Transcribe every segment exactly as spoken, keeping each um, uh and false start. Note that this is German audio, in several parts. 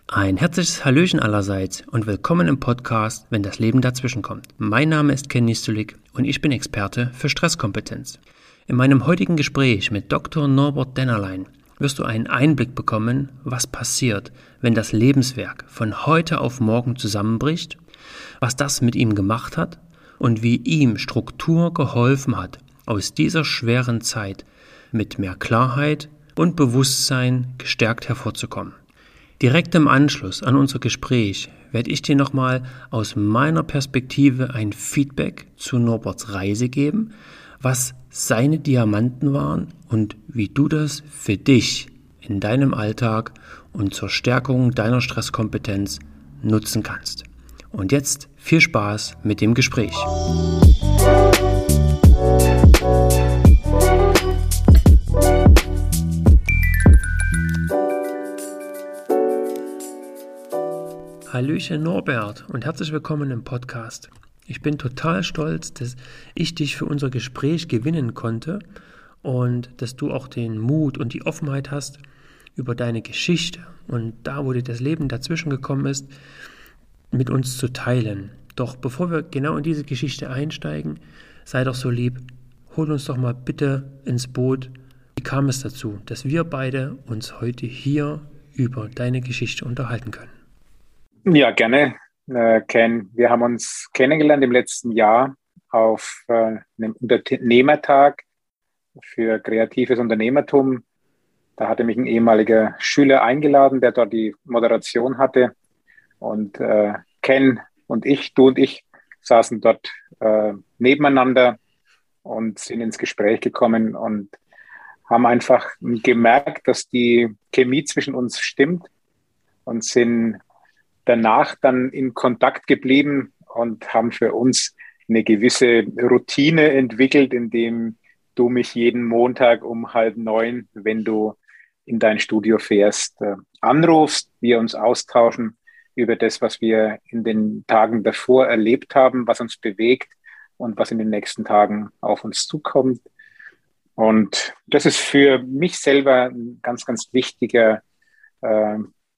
Ein herzliches Hallöchen allerseits und willkommen im Podcast, wenn das Leben dazwischenkommt. Mein Name ist Ken Nistulik und ich bin Experte für Stresskompetenz. In meinem heutigen Gespräch mit Doktor Norbert Dennerlein wirst du einen Einblick bekommen, was passiert, wenn das Lebenswerk von heute auf morgen zusammenbricht, was das mit ihm gemacht hat und wie ihm Struktur geholfen hat, aus dieser schweren Zeit mit mehr Klarheit und Bewusstsein gestärkt hervorzukommen. Direkt im Anschluss an unser Gespräch werde ich dir nochmal aus meiner Perspektive ein Feedback zu Norberts Reise geben, was seine Diamanten waren und wie du das für dich in deinem Alltag und zur Stärkung deiner Stresskompetenz nutzen kannst. Und jetzt viel Spaß mit dem Gespräch. Hallöchen Norbert und herzlich willkommen im Podcast. Ich bin total stolz, dass ich dich für unser Gespräch gewinnen konnte und dass du auch den Mut und die Offenheit hast, über deine Geschichte und da, wo dir das Leben dazwischen gekommen ist, mit uns zu teilen. Doch bevor wir genau in diese Geschichte einsteigen, sei doch so lieb, hol uns doch mal bitte ins Boot. Wie kam es dazu, dass wir beide uns heute hier über deine Geschichte unterhalten können? Ja, gerne, äh, Ken. Wir haben uns kennengelernt im letzten Jahr auf äh, einem Unternehmertag für kreatives Unternehmertum. Da hatte mich ein ehemaliger Schüler eingeladen, der dort die Moderation hatte. Und äh, Ken und ich, du und ich, saßen dort äh, nebeneinander und sind ins Gespräch gekommen und haben einfach gemerkt, dass die Chemie zwischen uns stimmt und sind danach dann in Kontakt geblieben und haben für uns eine gewisse Routine entwickelt, indem du mich jeden Montag um halb neun, wenn du in dein Studio fährst, äh, anrufst, wir uns austauschen über das, was wir in den Tagen davor erlebt haben, was uns bewegt und was in den nächsten Tagen auf uns zukommt. Und das ist für mich selber ein ganz, ganz wichtiger äh,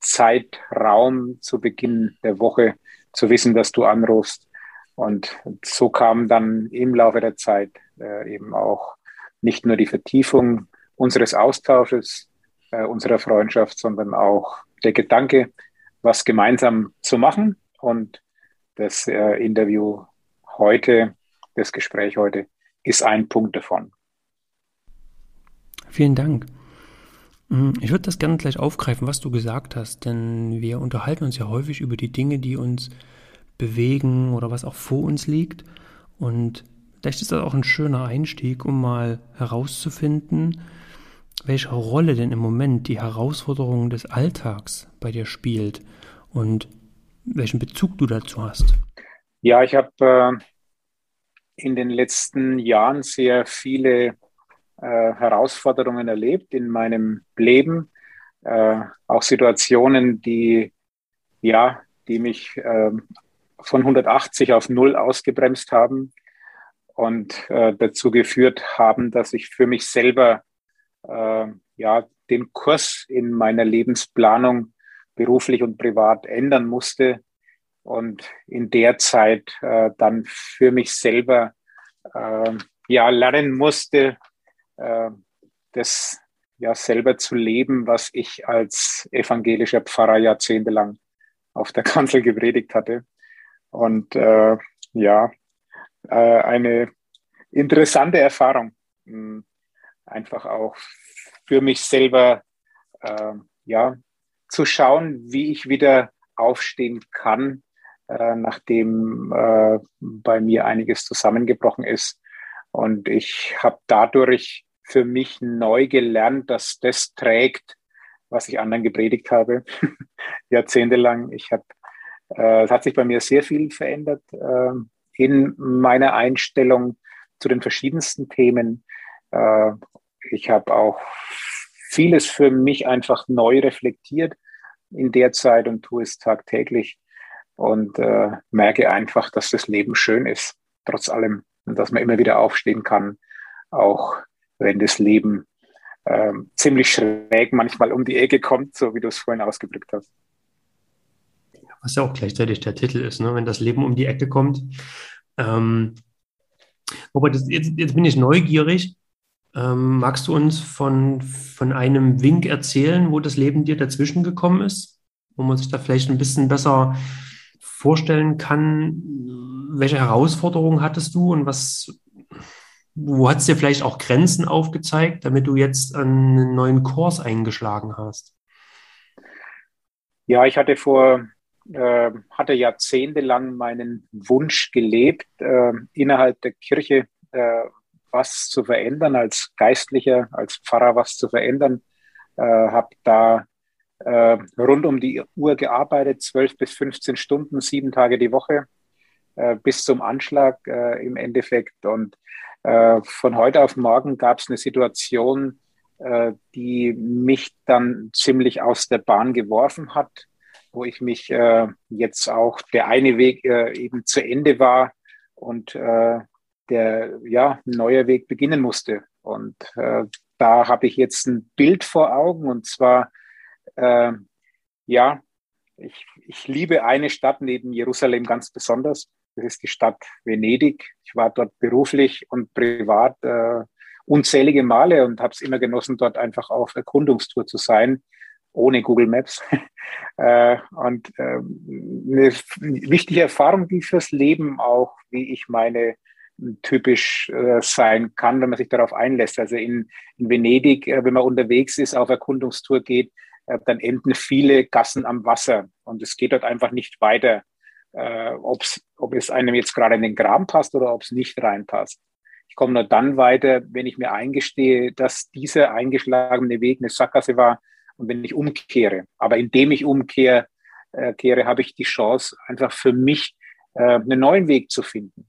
Zeitraum zu Beginn der Woche, zu wissen, dass du anrufst. Und so kam dann im Laufe der Zeit äh, eben auch nicht nur die Vertiefung unseres Austausches, äh, unserer Freundschaft, sondern auch der Gedanke, was gemeinsam zu machen. Und das äh, Interview heute, das Gespräch heute, ist ein Punkt davon. Vielen Dank. Ich würde das gerne gleich aufgreifen, was du gesagt hast, denn wir unterhalten uns ja häufig über die Dinge, die uns bewegen oder was auch vor uns liegt. Und vielleicht ist das auch ein schöner Einstieg, um mal herauszufinden, welche Rolle denn im Moment die Herausforderung des Alltags bei dir spielt und welchen Bezug du dazu hast. Ja, ich habe äh, in den letzten Jahren sehr viele Äh, Herausforderungen erlebt in meinem Leben, äh, auch Situationen, die, ja, die mich äh, von hundertachtzig auf null ausgebremst haben und äh, dazu geführt haben, dass ich für mich selber äh, ja, den Kurs in meiner Lebensplanung beruflich und privat ändern musste und in der Zeit äh, dann für mich selber äh, ja, lernen musste, das ja selber zu leben, was ich als evangelischer Pfarrer jahrzehntelang auf der Kanzel gepredigt hatte. Und äh, ja, äh, eine interessante Erfahrung, mh, einfach auch für mich selber äh, ja zu schauen, wie ich wieder aufstehen kann, äh, nachdem äh, bei mir einiges zusammengebrochen ist. Und ich habe dadurch für mich neu gelernt, dass das trägt, was ich anderen gepredigt habe, jahrzehntelang. Ich hab, äh, es hat sich bei mir sehr viel verändert äh, in meiner Einstellung zu den verschiedensten Themen. Äh, ich habe auch vieles für mich einfach neu reflektiert in der Zeit und tue es tagtäglich und äh, merke einfach, dass das Leben schön ist, trotz allem, und dass man immer wieder aufstehen kann, auch wenn das Leben ähm, ziemlich schräg manchmal um die Ecke kommt, so wie du es vorhin ausgedrückt hast. Was ja auch gleichzeitig der Titel ist, ne? Wenn das Leben um die Ecke kommt. Ähm, aber das, jetzt, jetzt bin ich neugierig. Ähm, magst du uns von, von einem Wink erzählen, wo das Leben dir dazwischen gekommen ist? Wo man sich da vielleicht ein bisschen besser vorstellen kann, welche Herausforderungen hattest du und was, wo hat es dir vielleicht auch Grenzen aufgezeigt, damit du jetzt einen neuen Kurs eingeschlagen hast? Ja, ich hatte vor, äh, hatte jahrzehntelang meinen Wunsch gelebt, äh, innerhalb der Kirche äh, was zu verändern, als Geistlicher, als Pfarrer was zu verändern. Äh, habe da äh, rund um die Uhr gearbeitet, zwölf bis fünfzehn Stunden, sieben Tage die Woche, äh, bis zum Anschlag äh, im Endeffekt. Und äh, von heute auf morgen gab es eine Situation, äh, die mich dann ziemlich aus der Bahn geworfen hat, wo ich mich äh, jetzt auch der eine Weg äh, eben zu Ende war und äh, der ja ein neuer Weg beginnen musste. Und äh, da habe ich jetzt ein Bild vor Augen, und zwar äh, ja, ich, ich liebe eine Stadt neben Jerusalem ganz besonders. Das ist die Stadt Venedig. Ich war dort beruflich und privat äh, unzählige Male und habe es immer genossen, dort einfach auf Erkundungstour zu sein, ohne Google Maps. äh, und äh, eine wichtige Erfahrung, die fürs Leben auch, wie ich meine, typisch äh, sein kann, wenn man sich darauf einlässt. Also in, in Venedig, äh, wenn man unterwegs ist, auf Erkundungstour geht, äh, dann enden viele Gassen am Wasser und es geht dort einfach nicht weiter, äh, ob's, ob es einem jetzt gerade in den Kram passt oder ob es nicht reinpasst. Ich komme nur dann weiter, wenn ich mir eingestehe, dass dieser eingeschlagene Weg eine Sackgasse war und wenn ich umkehre. Aber indem ich umkehre, äh, kehre, habe ich die Chance, einfach für mich äh, einen neuen Weg zu finden.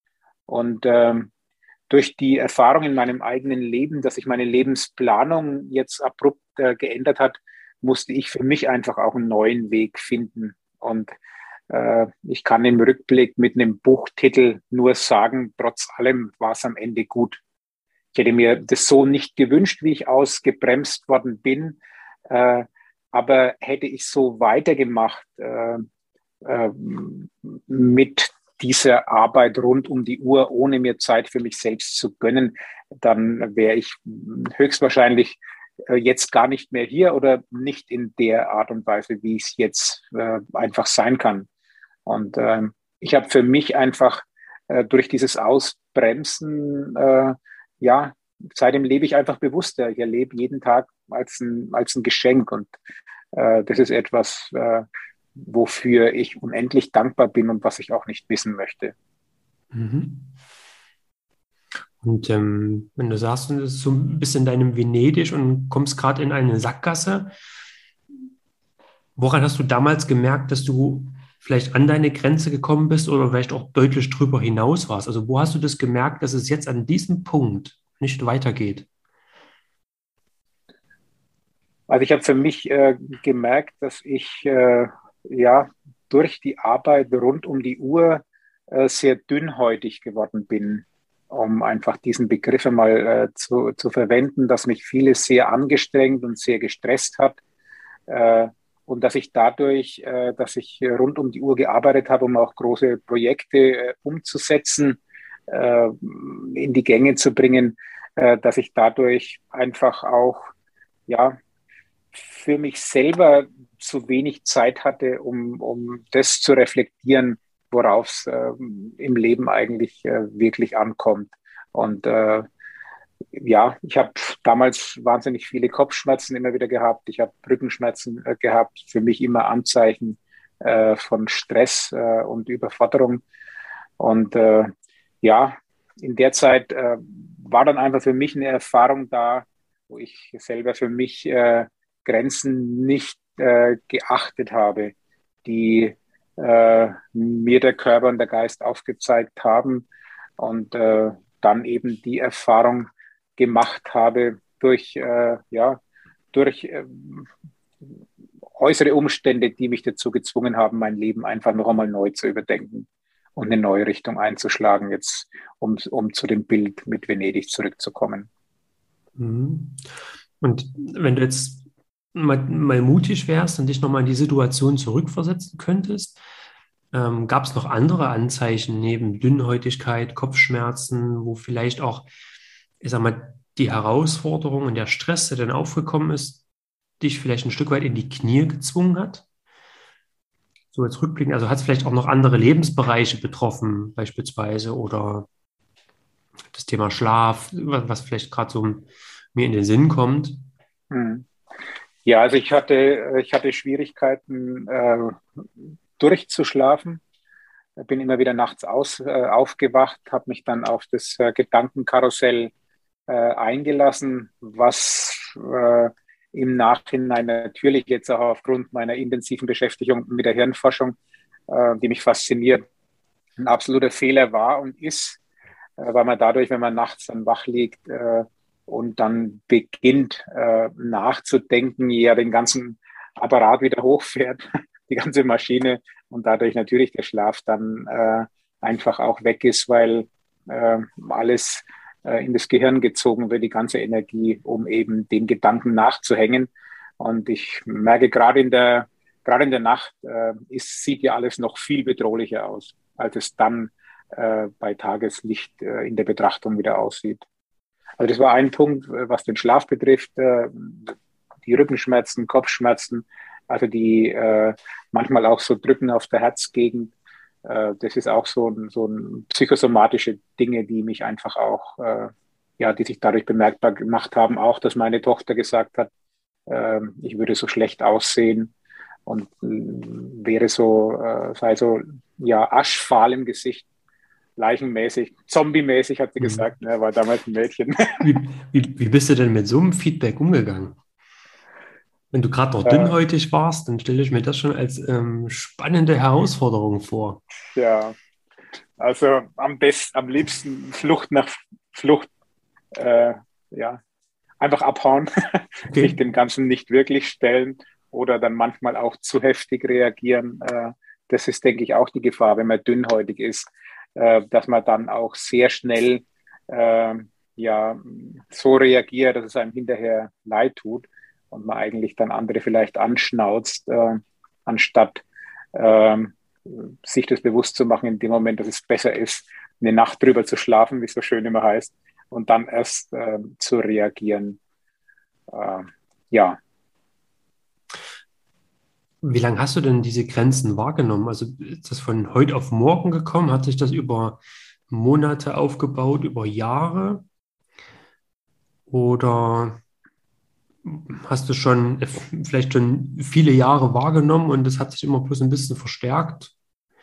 Und ähm, durch die Erfahrung in meinem eigenen Leben, dass sich meine Lebensplanung jetzt abrupt äh, geändert hat, musste ich für mich einfach auch einen neuen Weg finden. Und äh, ich kann im Rückblick mit einem Buchtitel nur sagen, trotz allem war es am Ende gut. Ich hätte mir das so nicht gewünscht, wie ich ausgebremst worden bin. Äh, aber hätte ich so weitergemacht äh, äh, mit dieser Arbeit rund um die Uhr, ohne mir Zeit für mich selbst zu gönnen, dann wäre ich höchstwahrscheinlich äh, jetzt gar nicht mehr hier oder nicht in der Art und Weise, wie es jetzt äh, einfach sein kann. Und ähm, ich habe für mich einfach äh, durch dieses Ausbremsen, äh, ja, seitdem lebe ich einfach bewusster. Ich erlebe jeden Tag als ein, als ein Geschenk, und äh, das ist etwas, äh, wofür ich unendlich dankbar bin und was ich auch nicht wissen möchte. Mhm. Und ähm, wenn du sagst, du bist so ein bisschen in deinem Venedig und kommst gerade in eine Sackgasse, woran hast du damals gemerkt, dass du vielleicht an deine Grenze gekommen bist oder vielleicht auch deutlich drüber hinaus warst? Also wo hast du das gemerkt, dass es jetzt an diesem Punkt nicht weitergeht? Also ich habe für mich äh, gemerkt, dass ich äh, ja durch die Arbeit rund um die Uhr äh, sehr dünnhäutig geworden bin, um einfach diesen Begriff einmal äh, zu, zu verwenden, dass mich vieles sehr angestrengt und sehr gestresst hat. Äh, und dass ich dadurch, äh, dass ich rund um die Uhr gearbeitet habe, um auch große Projekte äh, umzusetzen, äh, in die Gänge zu bringen, äh, dass ich dadurch einfach auch ja für mich selber zu wenig Zeit hatte, um, um das zu reflektieren, worauf es äh, im Leben eigentlich äh, wirklich ankommt. Und äh, ja, ich habe damals wahnsinnig viele Kopfschmerzen immer wieder gehabt. Ich habe Rückenschmerzen äh, gehabt, für mich immer Anzeichen äh, von Stress äh, und Überforderung. Und äh, ja, in der Zeit äh, war dann einfach für mich eine Erfahrung da, wo ich selber für mich äh, Grenzen nicht äh, geachtet habe, die äh, mir der Körper und der Geist aufgezeigt haben, und äh, dann eben die Erfahrung gemacht habe durch, äh, ja, durch äh, äußere Umstände, die mich dazu gezwungen haben, mein Leben einfach noch einmal neu zu überdenken und eine neue Richtung einzuschlagen, jetzt um, um zu dem Bild mit Venedig zurückzukommen. Mhm. Und wenn du jetzt mal, mal mutig wärst und dich nochmal in die Situation zurückversetzen könntest, ähm, gab es noch andere Anzeichen neben Dünnhäutigkeit, Kopfschmerzen, wo vielleicht auch, ich sag mal, die Herausforderung und der Stress, der dann aufgekommen ist, dich vielleicht ein Stück weit in die Knie gezwungen hat? So jetzt rückblickend, also hat es vielleicht auch noch andere Lebensbereiche betroffen, beispielsweise, oder das Thema Schlaf, was, was vielleicht gerade so mir in den Sinn kommt. Hm. Ja, also ich hatte, ich hatte Schwierigkeiten, äh, durchzuschlafen. Bin immer wieder nachts aus, äh, aufgewacht, habe mich dann auf das äh, Gedankenkarussell äh, eingelassen, was äh, im Nachhinein natürlich jetzt auch aufgrund meiner intensiven Beschäftigung mit der Hirnforschung, äh, die mich fasziniert, ein absoluter Fehler war und ist, äh, weil man dadurch, wenn man nachts dann wach liegt äh, und dann beginnt äh, nachzudenken, ja den ganzen Apparat wieder hochfährt, die ganze Maschine und dadurch natürlich der Schlaf dann äh, einfach auch weg ist, weil äh, alles äh, in das Gehirn gezogen wird, die ganze Energie, um eben den Gedanken nachzuhängen. Und ich merke gerade in der gerade in der Nacht äh, ist, sieht ja alles noch viel bedrohlicher aus, als es dann äh, bei Tageslicht äh, in der Betrachtung wieder aussieht. Also das war ein Punkt, äh, was den Schlaf betrifft, äh, die Rückenschmerzen, Kopfschmerzen, also die äh, manchmal auch so Drücken auf der Herzgegend. Äh, das ist auch so ein, so ein psychosomatische Dinge, die mich einfach auch, äh, ja, die sich dadurch bemerkbar gemacht haben. Auch, dass meine Tochter gesagt hat, äh, ich würde so schlecht aussehen und äh, wäre so, äh, sei so, ja, aschfahl im Gesicht, leichenmäßig, zombie-mäßig, hat sie Mhm. gesagt, ne, war damals ein Mädchen. Wie, wie, wie bist du denn mit so einem Feedback umgegangen? Wenn du gerade noch äh, dünnhäutig warst, dann stelle ich mir das schon als ähm, spannende Herausforderung vor. ja, also am besten, am liebsten Flucht nach Flucht, äh, ja, einfach abhauen, sich Okay. dem Ganzen nicht wirklich stellen oder dann manchmal auch zu heftig reagieren. Äh, das ist, denke ich, auch die Gefahr, wenn man dünnhäutig ist, äh, dass man dann auch sehr schnell äh, ja, so reagiert, dass es einem hinterher leid tut und man eigentlich dann andere vielleicht anschnauzt, äh, anstatt äh, sich das bewusst zu machen in dem Moment, dass es besser ist, eine Nacht drüber zu schlafen, wie es so schön immer heißt, und dann erst äh, zu reagieren. Äh, ja, Wie lange hast du denn diese Grenzen wahrgenommen? Also ist das von heute auf morgen gekommen? Hat sich das über Monate aufgebaut, über Jahre? Oder hast du schon äh, vielleicht schon viele Jahre wahrgenommen und das hat sich immer bloß ein bisschen verstärkt?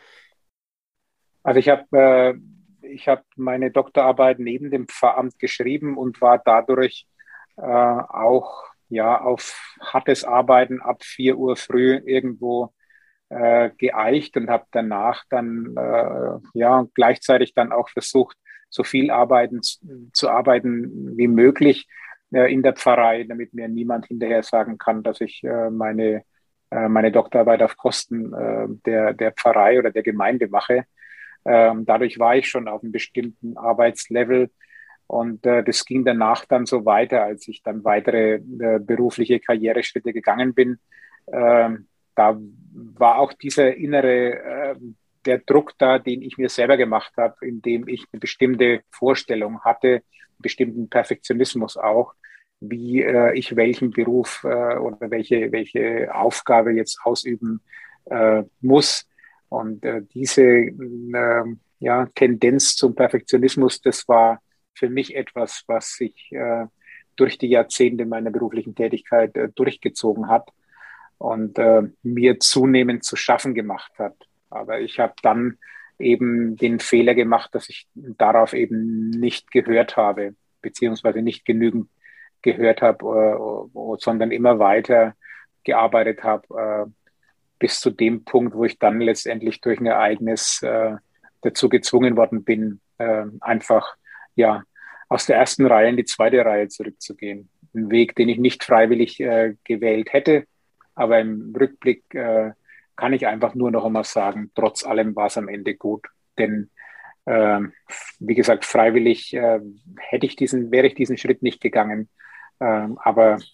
also ich habe äh, ich habe meine Doktorarbeit neben dem Pfarramt geschrieben und war dadurch äh, auch ja auf hartes Arbeiten ab vier Uhr früh irgendwo äh, geeicht und habe danach dann äh, ja gleichzeitig dann auch versucht, so viel arbeiten zu arbeiten wie möglich äh, in der Pfarrei, damit mir niemand hinterher sagen kann, dass ich äh, meine äh, meine Doktorarbeit auf Kosten äh, der der Pfarrei oder der Gemeinde mache. Ähm, dadurch war ich schon auf einem bestimmten Arbeitslevel und äh, das ging danach dann so weiter, als ich dann weitere äh, berufliche Karriereschritte gegangen bin. Ähm, da war auch dieser innere, äh, der Druck da, den ich mir selber gemacht habe, indem ich eine bestimmte Vorstellung hatte, einen bestimmten Perfektionismus auch, wie äh, ich welchen Beruf äh, oder welche, welche Aufgabe jetzt ausüben äh, muss. Und äh, diese äh, ja, Tendenz zum Perfektionismus, das war für mich etwas, was sich äh, durch die Jahrzehnte meiner beruflichen Tätigkeit äh, durchgezogen hat und äh, mir zunehmend zu schaffen gemacht hat. Aber ich habe dann eben den Fehler gemacht, dass ich darauf eben nicht gehört habe, beziehungsweise nicht genügend gehört habe, äh, sondern immer weiter gearbeitet habe, äh, bis zu dem Punkt, wo ich dann letztendlich durch ein Ereignis äh, dazu gezwungen worden bin, äh, einfach ja aus der ersten Reihe in die zweite Reihe zurückzugehen. Ein Weg, den ich nicht freiwillig äh, gewählt hätte, aber im Rückblick äh, kann ich einfach nur noch einmal sagen, trotz allem war es am Ende gut. Denn äh, wie gesagt, freiwillig äh, hätte ich diesen, wäre ich diesen Schritt nicht gegangen. Äh, aber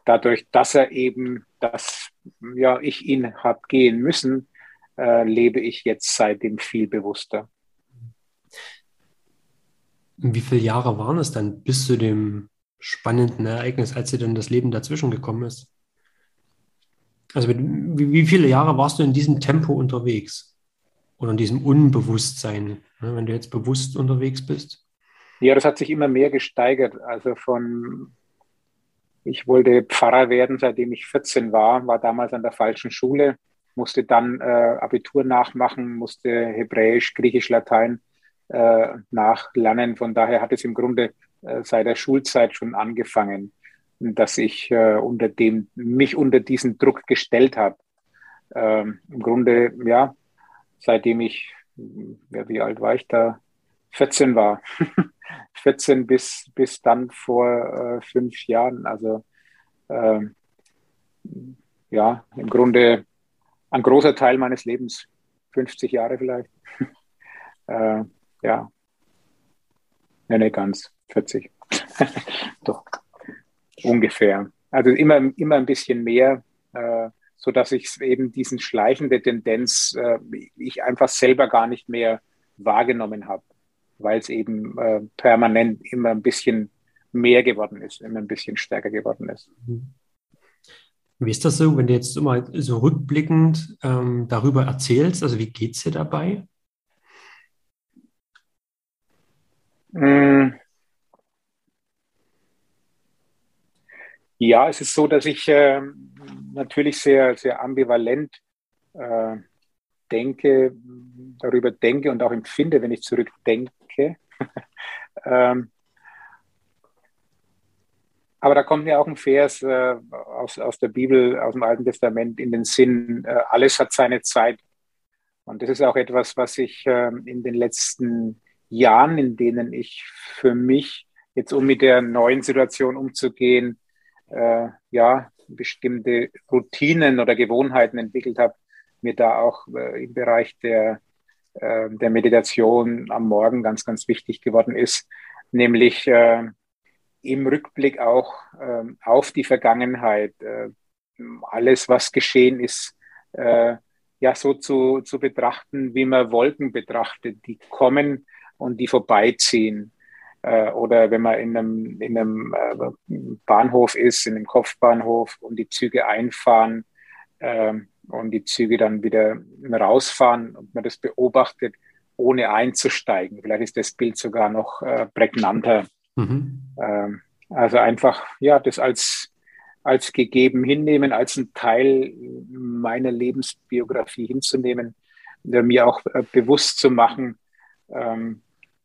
dadurch, dass er eben, dass ja, ich ihn habe gehen müssen, äh, lebe ich jetzt seitdem viel bewusster. Wie viele Jahre waren es dann bis zu dem spannenden Ereignis, als dir dann das Leben dazwischen gekommen ist? Also mit, wie, wie viele Jahre warst du in diesem Tempo unterwegs? Oder in diesem Unbewusstsein, ne, wenn du jetzt bewusst unterwegs bist? Ja, das hat sich immer mehr gesteigert. Also von, ich wollte Pfarrer werden, seitdem ich vierzehn war, war damals an der falschen Schule, musste dann äh, Abitur nachmachen, musste Hebräisch, Griechisch, Latein äh, nachlernen. Von daher hat es im Grunde äh, seit der Schulzeit schon angefangen, dass ich äh, unter dem, mich unter diesen Druck gestellt habe. Ähm, im Grunde, ja, seitdem ich, ja, wie alt war ich da? vierzehn war. vierzehn bis, bis dann vor äh, fünf Jahren. Also ähm, ja, im Grunde ein großer Teil meines Lebens, fünfzig Jahre vielleicht. Äh, ja, nee, nicht ganz, vierzig. Doch, ungefähr. Also immer, immer ein bisschen mehr, äh, so dass ich eben diesen schleichende Tendenz, äh, ich einfach selber gar nicht mehr wahrgenommen habe, weil es eben äh, permanent immer ein bisschen mehr geworden ist, immer ein bisschen stärker geworden ist. Wie ist das so, wenn du jetzt immer so rückblickend ähm, darüber erzählst? Also wie geht es dir dabei? Mm, ja, es ist so, dass ich äh, natürlich sehr, sehr ambivalent äh, denke, darüber denke und auch empfinde, wenn ich zurückdenke. ähm, aber da kommt mir auch ein Vers äh, aus, aus der Bibel, aus dem Alten Testament in den Sinn, äh, alles hat seine Zeit. Und das ist auch etwas, was ich äh, in den letzten Jahren, in denen ich für mich jetzt, um mit der neuen Situation umzugehen, äh, ja, bestimmte Routinen oder Gewohnheiten entwickelt habe, mir da auch äh, im Bereich der, äh, der Meditation am Morgen ganz, ganz wichtig geworden ist, nämlich äh, im Rückblick auch äh, auf die Vergangenheit, äh, alles, was geschehen ist, äh, ja, so zu, zu betrachten, wie man Wolken betrachtet, die kommen und die vorbeiziehen. Äh, oder wenn man in einem, in einem äh, Bahnhof ist, in einem Kopfbahnhof und die Züge einfahren äh, und die Züge dann wieder rausfahren und man das beobachtet, ohne einzusteigen. Vielleicht ist das Bild sogar noch äh, prägnanter. Mhm. Ähm, also einfach, ja, das als, als gegeben hinnehmen, als ein Teil meiner Lebensbiografie hinzunehmen, äh, mir auch äh, bewusst zu machen, ähm,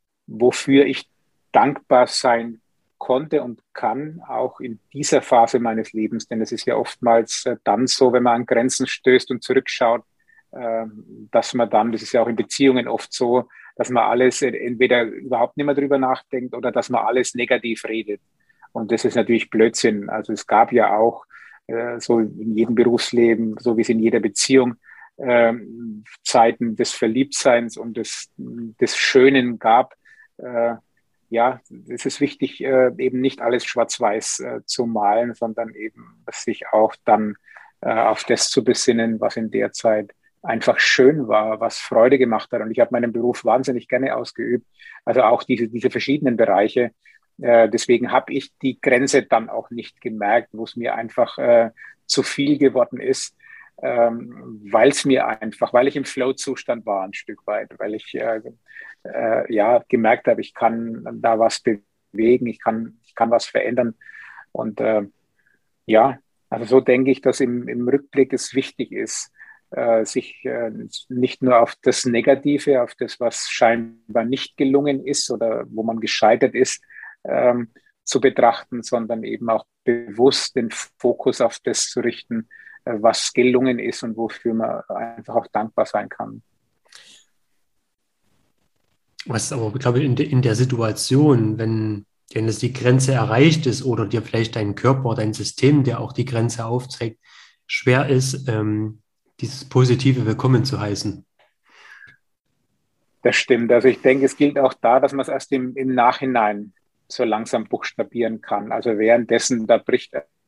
wofür ich dankbar sein konnte und kann, auch in dieser Phase meines Lebens. Denn es ist ja oftmals äh, dann so, wenn man an Grenzen stößt und zurückschaut, äh, dass man dann, das ist ja auch in Beziehungen oft so, dass man alles entweder überhaupt nicht mehr drüber nachdenkt oder dass man alles negativ redet. Und das ist natürlich Blödsinn. Also es gab ja auch äh, so in jedem Berufsleben, so wie es in jeder Beziehung, äh, Zeiten des Verliebtseins und des, des Schönen gab. Äh, ja, es ist wichtig, äh, eben nicht alles schwarz-weiß äh, zu malen, sondern eben sich auch dann äh, auf das zu besinnen, was in der Zeit einfach schön war, was Freude gemacht hat. Und ich habe meinen Beruf wahnsinnig gerne ausgeübt. Also auch diese, diese verschiedenen Bereiche. Äh, deswegen habe ich die Grenze dann auch nicht gemerkt, wo es mir einfach äh, zu viel geworden ist, ähm, weil es mir einfach, weil ich im Flow-Zustand war ein Stück weit, weil ich äh, äh, ja gemerkt habe, ich kann da was bewegen, ich kann, ich kann was verändern. Und äh, ja, also so denke ich, dass im, im Rückblick es wichtig ist, äh, sich äh, nicht nur auf das Negative, auf das, was scheinbar nicht gelungen ist oder wo man gescheitert ist, ähm, zu betrachten, sondern eben auch bewusst den Fokus auf das zu richten, äh, was gelungen ist und wofür man einfach auch dankbar sein kann. Was aber, glaube ich, in, de, in der Situation, wenn, wenn es die Grenze erreicht ist oder dir vielleicht dein Körper, dein System, der auch die Grenze aufzeigt, schwer ist, ähm, dieses Positive willkommen zu heißen. Das stimmt. Also ich denke, es gilt auch da, dass man es erst im, im Nachhinein so langsam buchstabieren kann. Also währenddessen, da bricht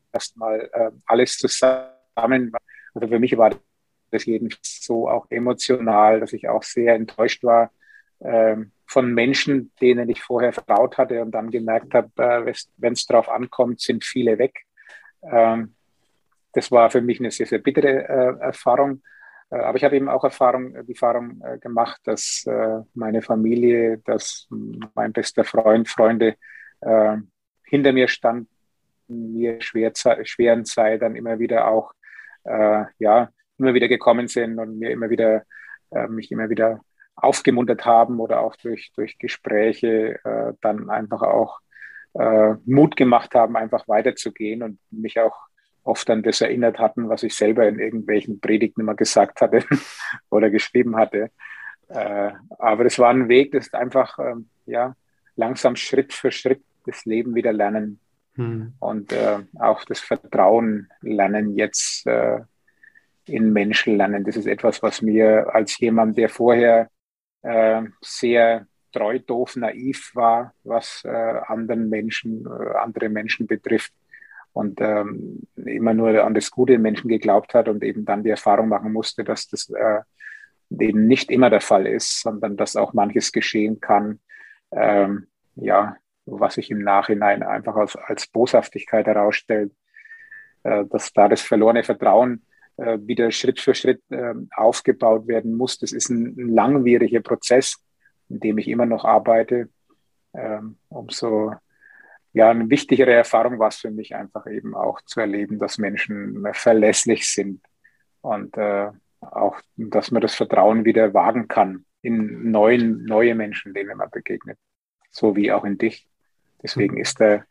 erstmal äh, alles zusammen. Also für mich war das jedenfalls so auch emotional, dass ich auch sehr enttäuscht war äh, von Menschen, denen ich vorher vertraut hatte und dann gemerkt habe, äh, wenn es darauf ankommt, sind viele weg. Ähm, das war für mich eine sehr, sehr bittere äh, Erfahrung. Äh, aber ich habe eben auch Erfahrung, die Erfahrung äh, gemacht, dass äh, meine Familie, dass mein bester Freund, Freunde äh, hinter mir standen, mir schwer, schweren Zeit dann immer wieder auch, äh, ja, immer wieder gekommen sind und mir immer wieder, äh, mich immer wieder aufgemuntert haben oder auch durch, durch Gespräche äh, dann einfach auch äh, Mut gemacht haben, einfach weiterzugehen und mich auch oft an das erinnert hatten, was ich selber in irgendwelchen Predigten immer gesagt hatte oder geschrieben hatte. Äh, aber das war ein Weg, das einfach, ähm, ja, langsam Schritt für Schritt das Leben wieder lernen Hm. und äh, auch das Vertrauen lernen jetzt äh, in Menschen lernen. Das ist etwas, was mir als jemand, der vorher äh, sehr treu, doof, naiv war, was äh, anderen Menschen, äh, andere Menschen betrifft und ähm, immer nur an das Gute in Menschen geglaubt hat und eben dann die Erfahrung machen musste, dass das äh, eben nicht immer der Fall ist, sondern dass auch manches geschehen kann, ähm, ja, was sich im Nachhinein einfach als, als Boshaftigkeit herausstellt, äh, dass da das verlorene Vertrauen äh, wieder Schritt für Schritt äh, aufgebaut werden muss. Das ist ein, ein langwieriger Prozess, in dem ich immer noch arbeite. Ähm, umso ja, eine wichtigere Erfahrung war es für mich einfach eben auch zu erleben, dass Menschen verlässlich sind und äh, auch, dass man das Vertrauen wieder wagen kann in neuen, neue Menschen, denen man begegnet, so wie auch in dich. Deswegen ist der,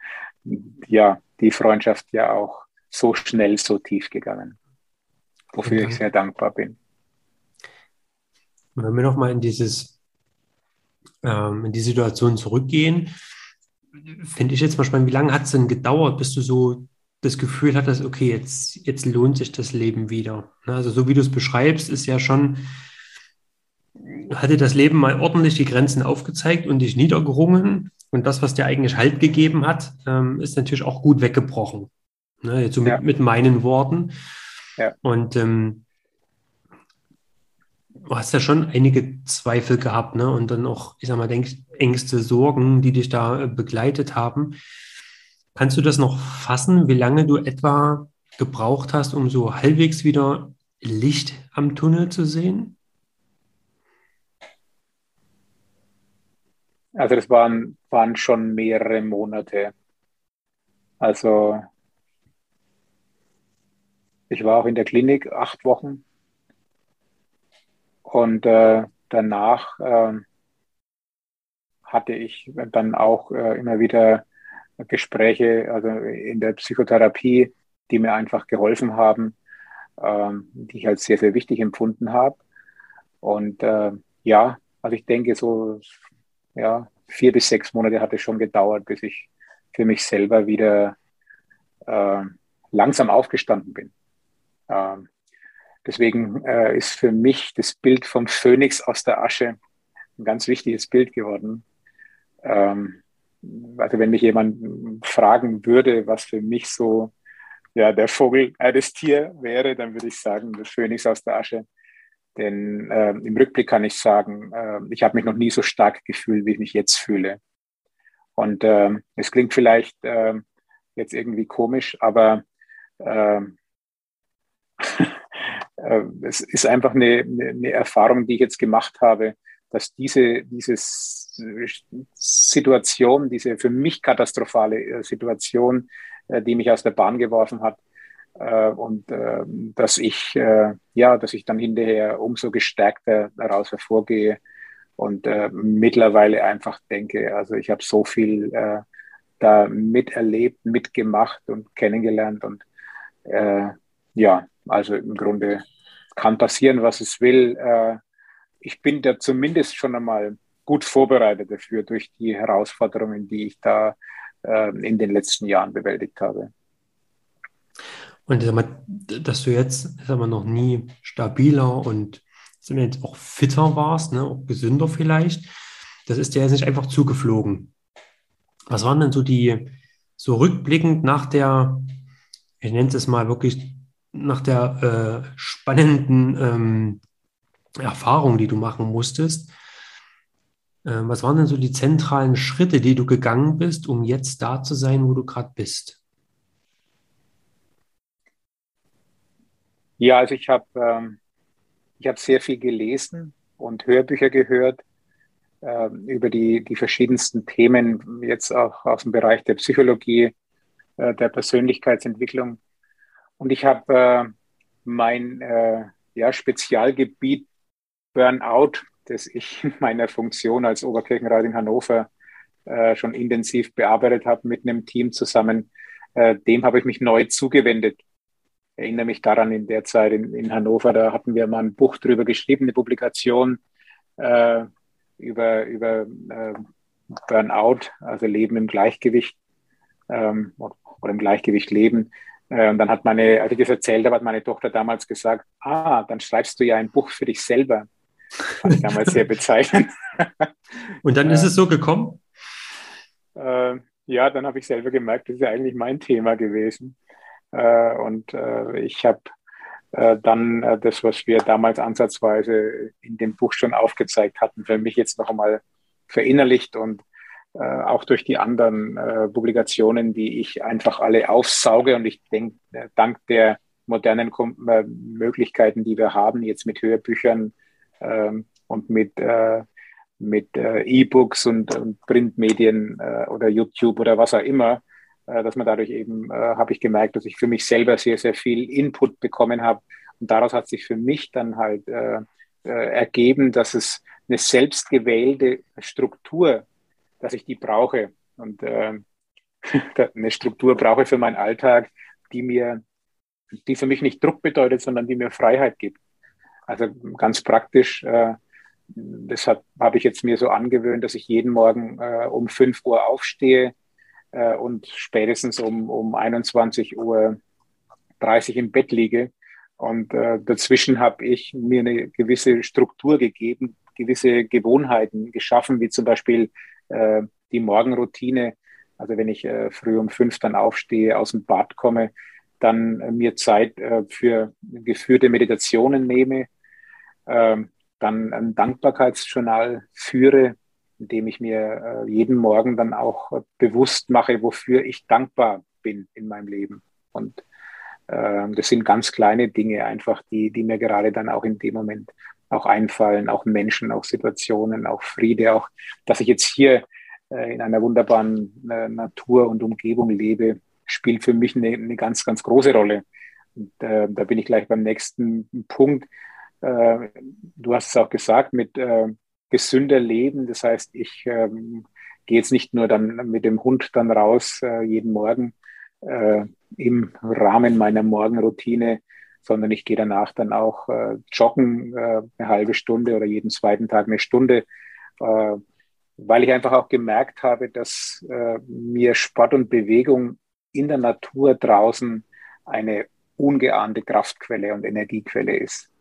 ja, die Freundschaft ja auch so schnell, so tief gegangen, Vielen wofür ich Dank. sehr dankbar bin. Und wenn wir nochmal in dieses, ähm, in die Situation zurückgehen, finde ich jetzt mal spannend, wie lange hat es denn gedauert, bis du so das Gefühl hattest, okay, jetzt, jetzt lohnt sich das Leben wieder. Ne, also so wie du es beschreibst, ist ja schon, hat dir das Leben mal ordentlich die Grenzen aufgezeigt und dich niedergerungen. Und das, was dir eigentlich Halt gegeben hat, ähm, ist natürlich auch gut weggebrochen. Ne, jetzt so mit, Ja, mit meinen Worten. ja. Und ähm, du hast ja schon einige Zweifel gehabt, ne? Und dann auch, ich sag mal, Denk Ängste, Sorgen, die dich da äh, begleitet haben. Kannst du das noch fassen, wie lange du etwa gebraucht hast, um so halbwegs wieder Licht am Tunnel zu sehen? Also das waren, waren schon mehrere Monate. Also ich war auch in der Klinik acht Wochen und äh, danach äh, hatte ich dann auch äh, immer wieder Gespräche, also in der Psychotherapie, die mir einfach geholfen haben, ähm, die ich als sehr, sehr wichtig empfunden habe. Und äh, ja, also ich denke, so ja, vier bis sechs Monate hat es schon gedauert, bis ich für mich selber wieder äh, langsam aufgestanden bin. Ähm, deswegen äh, ist für mich das Bild vom Phönix aus der Asche ein ganz wichtiges Bild geworden. Ähm, also wenn mich jemand fragen würde, was für mich so ja, der Vogel, äh, das Tier wäre, dann würde ich sagen, das Phönix aus der Asche. Denn äh, im Rückblick kann ich sagen, äh, ich habe mich noch nie so stark gefühlt, wie ich mich jetzt fühle. Und äh, es klingt vielleicht äh, jetzt irgendwie komisch, aber äh, äh, es ist einfach eine, eine Erfahrung, die ich jetzt gemacht habe, dass diese, diese Situation, diese für mich katastrophale äh, Situation, äh, die mich aus der Bahn geworfen hat, äh, und äh, dass ich äh, ja, dass ich dann hinterher umso gestärkter daraus hervorgehe und äh, mittlerweile einfach denke, also ich habe so viel äh, da miterlebt, mitgemacht und kennengelernt und äh, ja, also im Grunde kann passieren, was es will. Äh, ich bin da zumindest schon einmal gut vorbereitet dafür durch die Herausforderungen, die ich da äh, in den letzten Jahren bewältigt habe. Und ich sag mal, dass du jetzt, ich sag mal, noch nie stabiler und sag mal, jetzt auch fitter warst, ne, auch gesünder vielleicht, das ist dir jetzt nicht einfach zugeflogen. Was waren denn so die, so rückblickend nach der ich nenne es mal wirklich nach der äh, spannenden ähm, Erfahrung, die du machen musstest. Äh, was waren denn so die zentralen Schritte, die du gegangen bist, um jetzt da zu sein, wo du gerade bist? Ja, also ich habe ähm, ich habe sehr viel gelesen und Hörbücher gehört äh, über die, die verschiedensten Themen, jetzt auch aus dem Bereich der Psychologie, äh, der Persönlichkeitsentwicklung. Und ich habe äh, mein äh, ja, Spezialgebiet Burnout, das ich in meiner Funktion als Oberkirchenrat in Hannover äh, schon intensiv bearbeitet habe mit einem Team zusammen, äh, dem habe ich mich neu zugewendet. Ich erinnere mich daran, in der Zeit in, in Hannover, da hatten wir mal ein Buch drüber geschrieben, eine Publikation äh, über, über äh, Burnout, also Leben im Gleichgewicht ähm, oder im Gleichgewicht leben. Äh, und dann hat meine, als ich das erzählt habe, hat meine Tochter damals gesagt, ah, dann schreibst du ja ein Buch für dich selber. Fand ich damals sehr bezeichnend. Und dann ist äh, es so gekommen? äh, ja, dann habe ich selber gemerkt, das ist ja eigentlich mein Thema gewesen. Äh, und äh, ich habe äh, dann äh, das, was wir damals ansatzweise in dem Buch schon aufgezeigt hatten, für mich jetzt noch einmal verinnerlicht und äh, auch durch die anderen äh, Publikationen, die ich einfach alle aufsauge. Und ich denke, äh, dank der modernen Kom äh, Möglichkeiten, die wir haben, jetzt mit Hörbüchern ähm, und mit, äh, mit äh, E-Books und, und Printmedien äh, oder YouTube oder was auch immer, äh, dass man dadurch eben, äh, habe ich gemerkt, dass ich für mich selber sehr, sehr viel Input bekommen habe. Und daraus hat sich für mich dann halt äh, äh, ergeben, dass es eine selbstgewählte Struktur, dass ich die brauche. Und äh, eine Struktur brauche für meinen Alltag, die mir, die für mich nicht Druck bedeutet, sondern die mir Freiheit gibt. Also ganz praktisch, äh, deshalb habe ich jetzt mir so angewöhnt, dass ich jeden Morgen äh, um fünf Uhr aufstehe äh, und spätestens um, um einundzwanzig Uhr dreißig im Bett liege. Und äh, dazwischen habe ich mir eine gewisse Struktur gegeben, gewisse Gewohnheiten geschaffen, wie zum Beispiel äh, die Morgenroutine. Also wenn ich äh, früh um fünf dann aufstehe, aus dem Bad komme, dann äh, mir Zeit äh, für geführte Meditationen nehme, äh, dann ein Dankbarkeitsjournal führe, indem ich mir äh, jeden Morgen dann auch äh, bewusst mache, wofür ich dankbar bin in meinem Leben. Und äh, das sind ganz kleine Dinge einfach, die, die mir gerade dann auch in dem Moment auch einfallen, auch Menschen, auch Situationen, auch Friede, auch, dass ich jetzt hier äh, in einer wunderbaren äh, Natur und Umgebung lebe, spielt für mich eine, eine ganz, ganz große Rolle. Und äh, da bin ich gleich beim nächsten Punkt. Äh, du hast es auch gesagt, mit äh, gesünder Leben. Das heißt, ich ähm, gehe jetzt nicht nur dann mit dem Hund dann raus, äh, jeden Morgen, äh, im Rahmen meiner Morgenroutine, sondern ich gehe danach dann auch äh, joggen, äh, eine halbe Stunde oder jeden zweiten Tag eine Stunde, äh, weil ich einfach auch gemerkt habe, dass äh, mir Sport und Bewegung in der Natur draußen eine ungeahnte Kraftquelle und Energiequelle ist.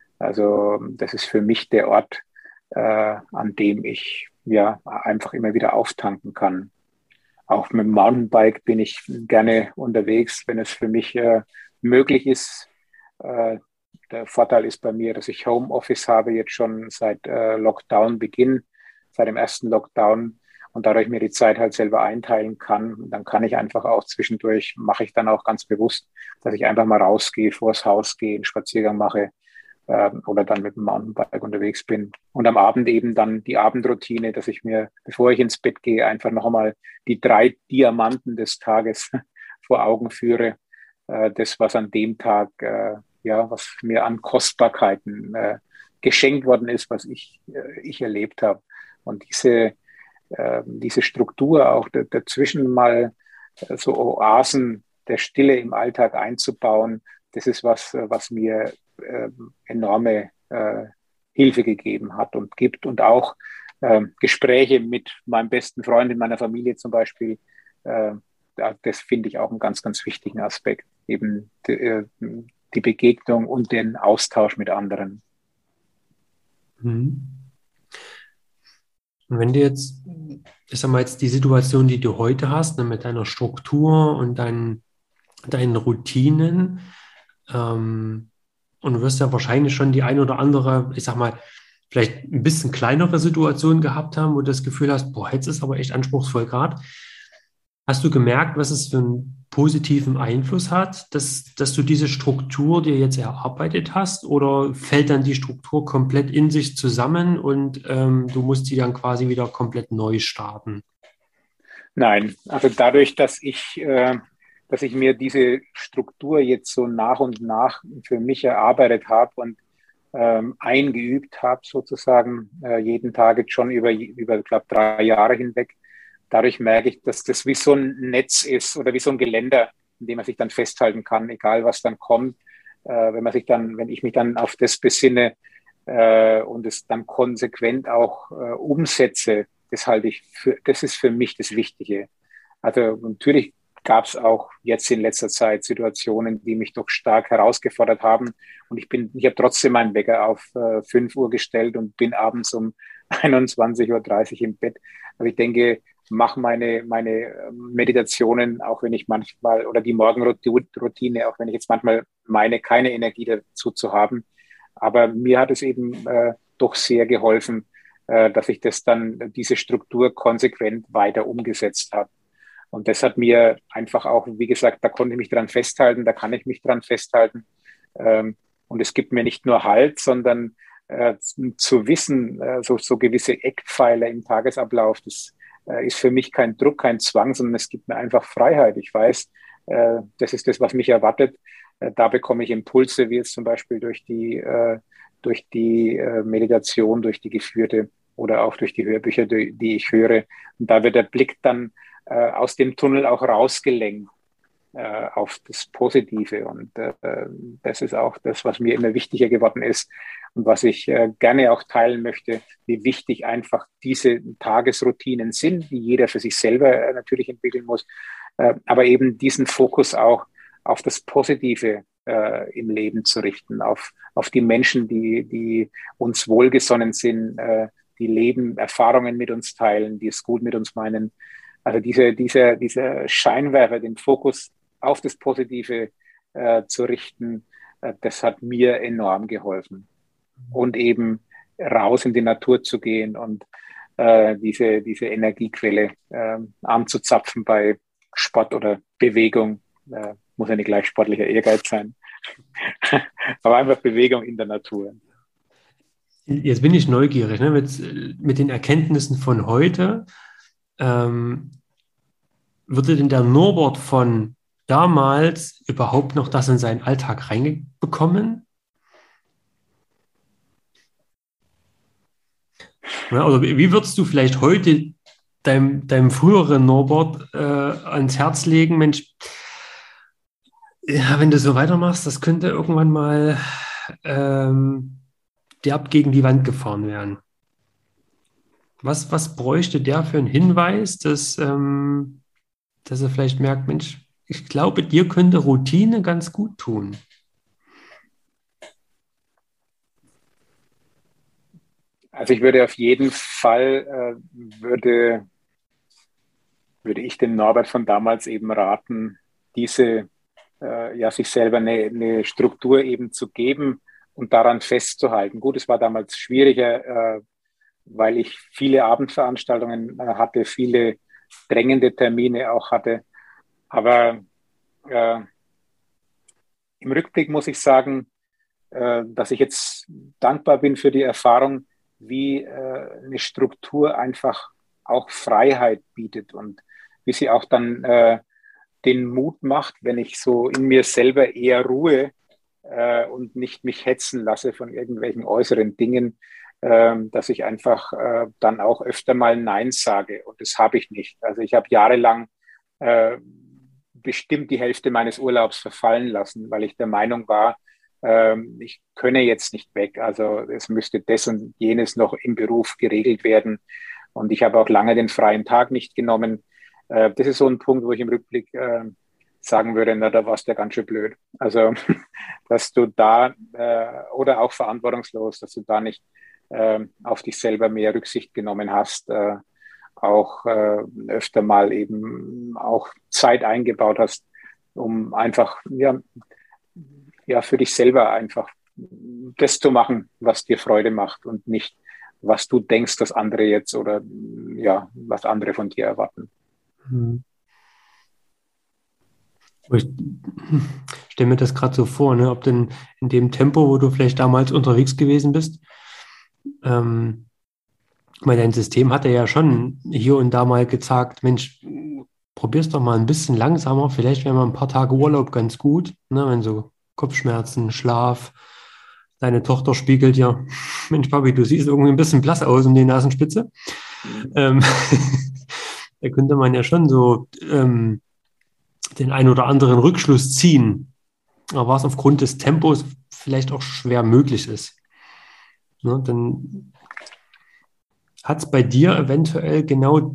Also das ist für mich der Ort, äh, an dem ich ja einfach immer wieder auftanken kann. Auch mit dem Mountainbike bin ich gerne unterwegs, wenn es für mich äh, möglich ist. Äh, Der Vorteil ist bei mir, dass ich Homeoffice habe, jetzt schon seit äh, Lockdown-Beginn, seit dem ersten Lockdown und dadurch mir die Zeit halt selber einteilen kann. Und dann kann ich einfach auch zwischendurch, mache ich dann auch ganz bewusst, dass ich einfach mal rausgehe, vors Haus gehe, einen Spaziergang mache, äh, oder dann mit dem Mountainbike unterwegs bin. Und am Abend eben dann die Abendroutine, dass ich mir, bevor ich ins Bett gehe, einfach noch einmal die drei Diamanten des Tages vor Augen führe. Äh, das, was an dem Tag, äh, ja, was mir an Kostbarkeiten äh, geschenkt worden ist, was ich, äh, ich erlebt habe. Und diese, äh, diese Struktur auch dazwischen mal äh, so Oasen der Stille im Alltag einzubauen, das ist was, was mir äh, enorme äh, Hilfe gegeben hat und gibt und auch äh, Gespräche mit meinem besten Freund in meiner Familie zum Beispiel, äh, das finde ich auch einen ganz, ganz wichtigen Aspekt, eben die, äh, die Begegnung und den Austausch mit anderen. Mhm. Und wenn du jetzt, ich sag mal jetzt die Situation, die du heute hast, ne, mit deiner Struktur und deinen deinen Routinen. Ähm, und du wirst ja wahrscheinlich schon die ein oder andere, ich sag mal, vielleicht ein bisschen kleinere Situation gehabt haben, wo du das Gefühl hast, boah, jetzt ist aber echt anspruchsvoll gerade. Hast du gemerkt, was es für einen positiven Einfluss hat, dass, dass du diese Struktur dir jetzt erarbeitet hast? Oder fällt dann die Struktur komplett in sich zusammen und ähm, du musst die dann quasi wieder komplett neu starten? Nein, also dadurch, dass ich, äh, dass ich mir diese Struktur jetzt so nach und nach für mich erarbeitet habe und ähm, eingeübt habe, sozusagen, äh, jeden Tag jetzt schon über, über, ich glaube, drei Jahre hinweg. Dadurch merke ich, dass das wie so ein Netz ist oder wie so ein Geländer, in dem man sich dann festhalten kann, egal was dann kommt. Äh, wenn man sich dann, wenn ich mich dann auf das besinne äh, und es dann konsequent auch äh, umsetze, das halte ich für, das ist für mich das Wichtige. Also natürlich gab es auch jetzt in letzter Zeit Situationen, die mich doch stark herausgefordert haben. Und ich bin, ich habe trotzdem meinen Wecker auf äh, fünf Uhr gestellt und bin abends um einundzwanzig Uhr dreißig im Bett. Aber ich denke, mache meine, meine Meditationen, auch wenn ich manchmal, oder die Morgenroutine, auch wenn ich jetzt manchmal meine, keine Energie dazu zu haben. Aber mir hat es eben äh, doch sehr geholfen, äh, dass ich das dann, diese Struktur konsequent weiter umgesetzt habe. Und das hat mir einfach auch, wie gesagt, da konnte ich mich dran festhalten, da kann ich mich dran festhalten. Ähm, und es gibt mir nicht nur Halt, sondern äh, zu wissen, äh, so, so gewisse Eckpfeiler im Tagesablauf, das äh, ist für mich kein Druck, kein Zwang, sondern es gibt mir einfach Freiheit. Ich weiß, äh, das ist das, was mich erwartet. Äh, da bekomme ich Impulse, wie jetzt zum Beispiel durch die, äh, durch die äh, Meditation, durch die geführte oder auch durch die Hörbücher, die, die ich höre. Und da wird der Blick dann äh, aus dem Tunnel auch rausgelenkt äh, auf das Positive. Und äh, das ist auch das, was mir immer wichtiger geworden ist und was ich äh, gerne auch teilen möchte, wie wichtig einfach diese Tagesroutinen sind, die jeder für sich selber äh, natürlich entwickeln muss, äh, aber eben diesen Fokus auch auf das Positive äh, im Leben zu richten, auf, auf die Menschen, die, die uns wohlgesonnen sind, äh, die Leben, Erfahrungen mit uns teilen, die es gut mit uns meinen. Also diese, diese, diese Scheinwerfer, den Fokus auf das Positive äh, zu richten, äh, das hat mir enorm geholfen. Und eben raus in die Natur zu gehen und äh, diese, diese Energiequelle äh, anzuzapfen bei Sport oder Bewegung. Äh, muss ja nicht gleich sportlicher Ehrgeiz sein, aber einfach Bewegung in der Natur. Jetzt bin ich neugierig, ne? Mit, mit den Erkenntnissen von heute. Ähm, würde denn der Norbert von damals überhaupt noch das in seinen Alltag reinbekommen? Ja, oder wie würdest du vielleicht heute deinem, deinem früheren Norbert äh, ans Herz legen? Mensch, ja, wenn du so weitermachst, das könnte irgendwann mal ähm, derb gegen die Wand gefahren werden. Was, was bräuchte der für einen Hinweis, dass, ähm, dass er vielleicht merkt, Mensch, ich glaube, dir könnte Routine ganz gut tun. Also ich würde auf jeden Fall, äh, würde, würde ich dem Norbert von damals eben raten, diese, äh, ja, sich selber eine, eine Struktur eben zu geben und daran festzuhalten. Gut, es war damals schwieriger, äh, weil ich viele Abendveranstaltungen äh, hatte, viele drängende Termine auch hatte. Aber äh, im Rückblick muss ich sagen, äh, dass ich jetzt dankbar bin für die Erfahrung, wie äh, eine Struktur einfach auch Freiheit bietet und wie sie auch dann äh, den Mut macht, wenn ich so in mir selber eher ruhe äh, und nicht mich hetzen lasse von irgendwelchen äußeren Dingen, äh, dass ich einfach äh, dann auch öfter mal Nein sage. Und das habe ich nicht. Also ich habe jahrelang äh, bestimmt die Hälfte meines Urlaubs verfallen lassen, weil ich der Meinung war, ähm, ich könne jetzt nicht weg. Also es müsste das und jenes noch im Beruf geregelt werden. Und ich habe auch lange den freien Tag nicht genommen. Äh, das ist so ein Punkt, wo ich im Rückblick äh, sagen würde, na, da warst du ja ganz schön blöd. Also, dass du da, äh, oder auch verantwortungslos, dass du da nicht äh, auf dich selber mehr Rücksicht genommen hast, äh, auch äh, öfter mal eben auch Zeit eingebaut hast, um einfach ja, ja für dich selber einfach das zu machen, was dir Freude macht und nicht, was du denkst, dass andere jetzt oder ja, was andere von dir erwarten. Hm. Ich stelle mir das gerade so vor, ne? Ob denn in dem Tempo, wo du vielleicht damals unterwegs gewesen bist, ähm, weil dein System hatte ja schon hier und da mal gesagt, Mensch, probier's doch mal ein bisschen langsamer, vielleicht wäre mal ein paar Tage Urlaub ganz gut, ne? Wenn so Kopfschmerzen, Schlaf, deine Tochter spiegelt ja, Mensch, Papi, du siehst irgendwie ein bisschen blass aus um die Nasenspitze. Ähm, da könnte man ja schon so ähm, den ein oder anderen Rückschluss ziehen, aber was aufgrund des Tempos vielleicht auch schwer möglich ist. Ne? Dann hat es bei dir eventuell genau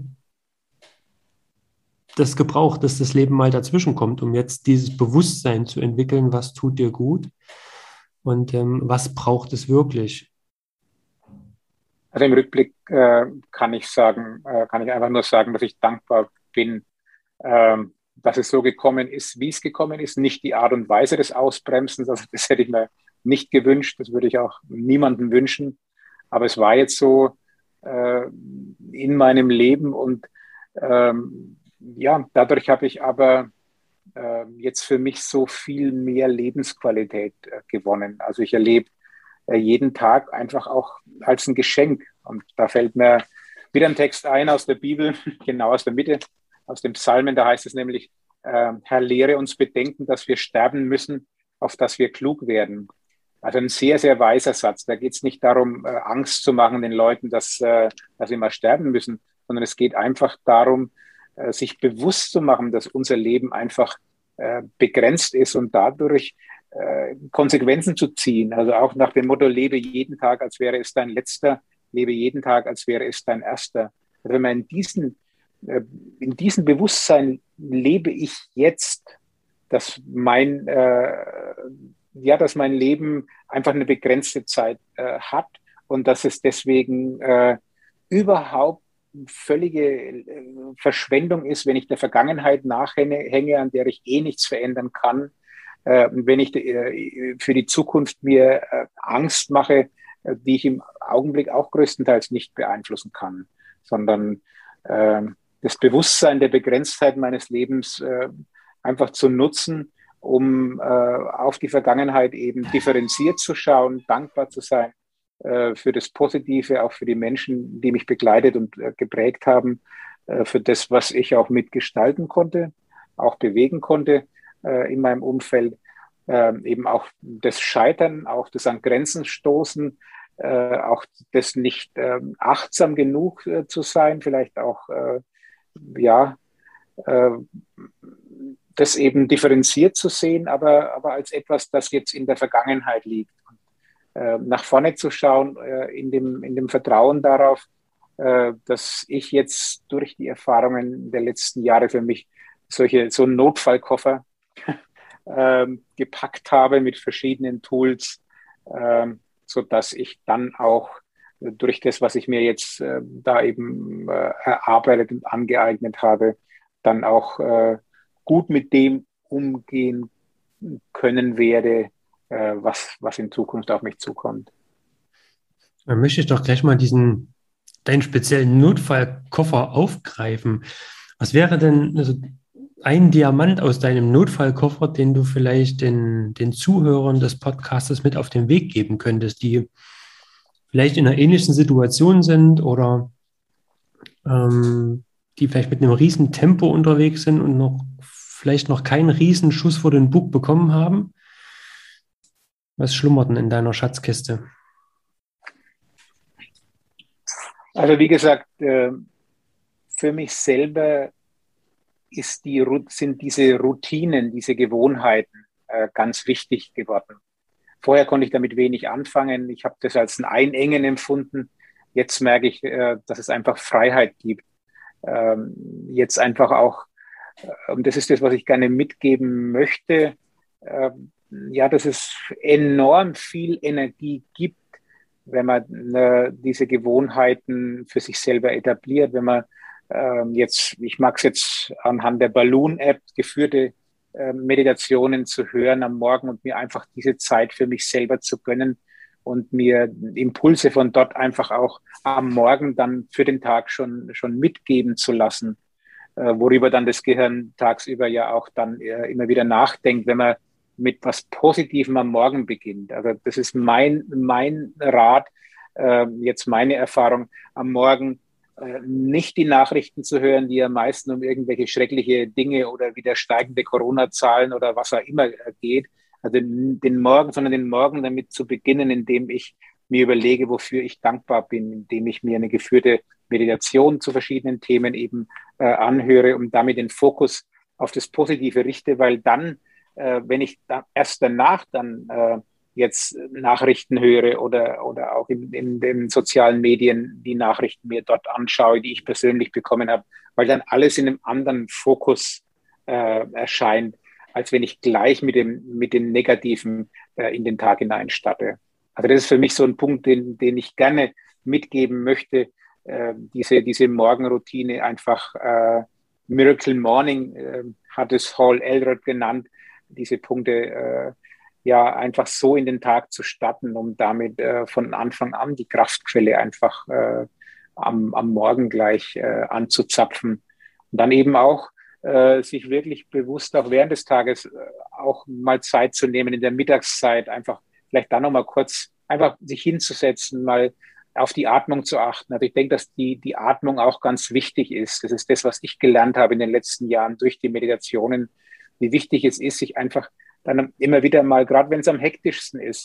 das gebraucht, dass das Leben mal dazwischen kommt, um jetzt dieses Bewusstsein zu entwickeln, was tut dir gut und ähm, was braucht es wirklich. Also im Rückblick äh, kann ich sagen, äh, kann ich einfach nur sagen, dass ich dankbar bin, ähm, dass es so gekommen ist, wie es gekommen ist. Nicht die Art und Weise des Ausbremsens, also das hätte ich mir nicht gewünscht, das würde ich auch niemandem wünschen. Aber es war jetzt so äh, in meinem Leben und ähm, ja, dadurch habe ich aber äh, jetzt für mich so viel mehr Lebensqualität äh, gewonnen. Also ich erlebe äh, jeden Tag einfach auch als ein Geschenk. Und da fällt mir wieder ein Text ein aus der Bibel, genau aus der Mitte, aus dem Psalmen. Da heißt es nämlich, äh, Herr, lehre uns bedenken, dass wir sterben müssen, auf dass wir klug werden. Also ein sehr, sehr weiser Satz. Da geht es nicht darum, äh, Angst zu machen den Leuten, dass, äh, dass sie mal sterben müssen, sondern es geht einfach darum, äh, sich bewusst zu machen, dass unser Leben einfach äh, begrenzt ist und dadurch äh, Konsequenzen zu ziehen. Also auch nach dem Motto, lebe jeden Tag, als wäre es dein letzter, lebe jeden Tag, als wäre es dein erster. Also wenn man in diesen, äh, in diesem Bewusstsein lebe ich jetzt, dass mein, äh, ja, dass mein Leben einfach eine begrenzte Zeit äh, hat und dass es deswegen äh, überhaupt völlige äh, Verschwendung ist, wenn ich der Vergangenheit nachhänge, an der ich eh nichts verändern kann, äh, wenn ich äh, für die Zukunft mir äh, Angst mache, äh, die ich im Augenblick auch größtenteils nicht beeinflussen kann, sondern äh, das Bewusstsein der Begrenztheit meines Lebens äh, einfach zu nutzen, um äh, auf die Vergangenheit eben differenziert zu schauen, dankbar zu sein äh, für das Positive, auch für die Menschen, die mich begleitet und äh, geprägt haben, äh, für das, was ich auch mitgestalten konnte, auch bewegen konnte äh, in meinem Umfeld. Äh, eben auch das Scheitern, auch das an Grenzen stoßen, äh, auch das nicht äh, achtsam genug äh, zu sein, vielleicht auch äh, ja, äh, das eben differenziert zu sehen, aber, aber als etwas, das jetzt in der Vergangenheit liegt. Äh, nach vorne zu schauen, äh, in dem, in dem Vertrauen darauf, äh, dass ich jetzt durch die Erfahrungen der letzten Jahre für mich solche, so einen Notfallkoffer äh, gepackt habe mit verschiedenen Tools, äh, sodass ich dann auch durch das, was ich mir jetzt äh, da eben äh, erarbeitet und angeeignet habe, dann auch äh, gut mit dem umgehen können werde, äh, was, was in Zukunft auf mich zukommt. Dann möchte ich doch gleich mal diesen, deinen speziellen Notfallkoffer aufgreifen. Was wäre denn also ein Diamant aus deinem Notfallkoffer, den du vielleicht den, den Zuhörern des Podcastes mit auf den Weg geben könntest, die vielleicht in einer ähnlichen Situation sind oder ähm, die vielleicht mit einem riesen Tempo unterwegs sind und noch vielleicht noch keinen riesen Schuss vor den Bug bekommen haben? Was schlummert denn in deiner Schatzkiste? Also wie gesagt, äh, für mich selber ist die, sind diese Routinen, diese Gewohnheiten äh, ganz wichtig geworden. Vorher konnte ich damit wenig anfangen. Ich habe das als ein Einengen empfunden. Jetzt merke ich, äh, dass es einfach Freiheit gibt. Ähm, jetzt einfach auch, äh, und das ist das, was ich gerne mitgeben möchte, äh, ja, dass es enorm viel Energie gibt, wenn man äh, diese Gewohnheiten für sich selber etabliert, wenn man ähm, jetzt, ich mag es jetzt anhand der Balloon-App, geführte äh, Meditationen zu hören am Morgen und mir einfach diese Zeit für mich selber zu gönnen und mir Impulse von dort einfach auch am Morgen dann für den Tag schon, schon mitgeben zu lassen, äh, worüber dann das Gehirn tagsüber ja auch dann äh, immer wieder nachdenkt, wenn man mit was Positivem am Morgen beginnt. Also das ist mein, mein Rat, äh, jetzt meine Erfahrung, am Morgen äh, nicht die Nachrichten zu hören, die am meisten um irgendwelche schreckliche Dinge oder wieder steigende Corona-Zahlen oder was auch immer äh, geht. Also den, den Morgen, sondern den Morgen damit zu beginnen, indem ich mir überlege, wofür ich dankbar bin, indem ich mir eine geführte Meditation zu verschiedenen Themen eben äh, anhöre und damit den Fokus auf das Positive richte, weil dann, äh, wenn ich da erst danach dann äh, jetzt Nachrichten höre oder, oder auch in, in den sozialen Medien die Nachrichten mir dort anschaue, die ich persönlich bekommen habe, weil dann alles in einem anderen Fokus äh, erscheint, als wenn ich gleich mit dem, mit dem Negativen äh, in den Tag hinein starte. Also das ist für mich so ein Punkt, den, den ich gerne mitgeben möchte, äh, diese, diese Morgenroutine einfach äh, Miracle Morning äh, hat es Hall Elrod genannt, diese Punkte äh, ja einfach so in den Tag zu starten, um damit äh, von Anfang an die Kraftquelle einfach äh, am, am Morgen gleich äh, anzuzapfen. Und dann eben auch äh, sich wirklich bewusst auch während des Tages äh, auch mal Zeit zu nehmen in der Mittagszeit, einfach vielleicht dann nochmal kurz einfach sich hinzusetzen, mal auf die Atmung zu achten. Also ich denke, dass die, die Atmung auch ganz wichtig ist. Das ist das, was ich gelernt habe in den letzten Jahren durch die Meditationen, wie wichtig es ist, sich einfach dann immer wieder mal, gerade wenn es am hektischsten ist,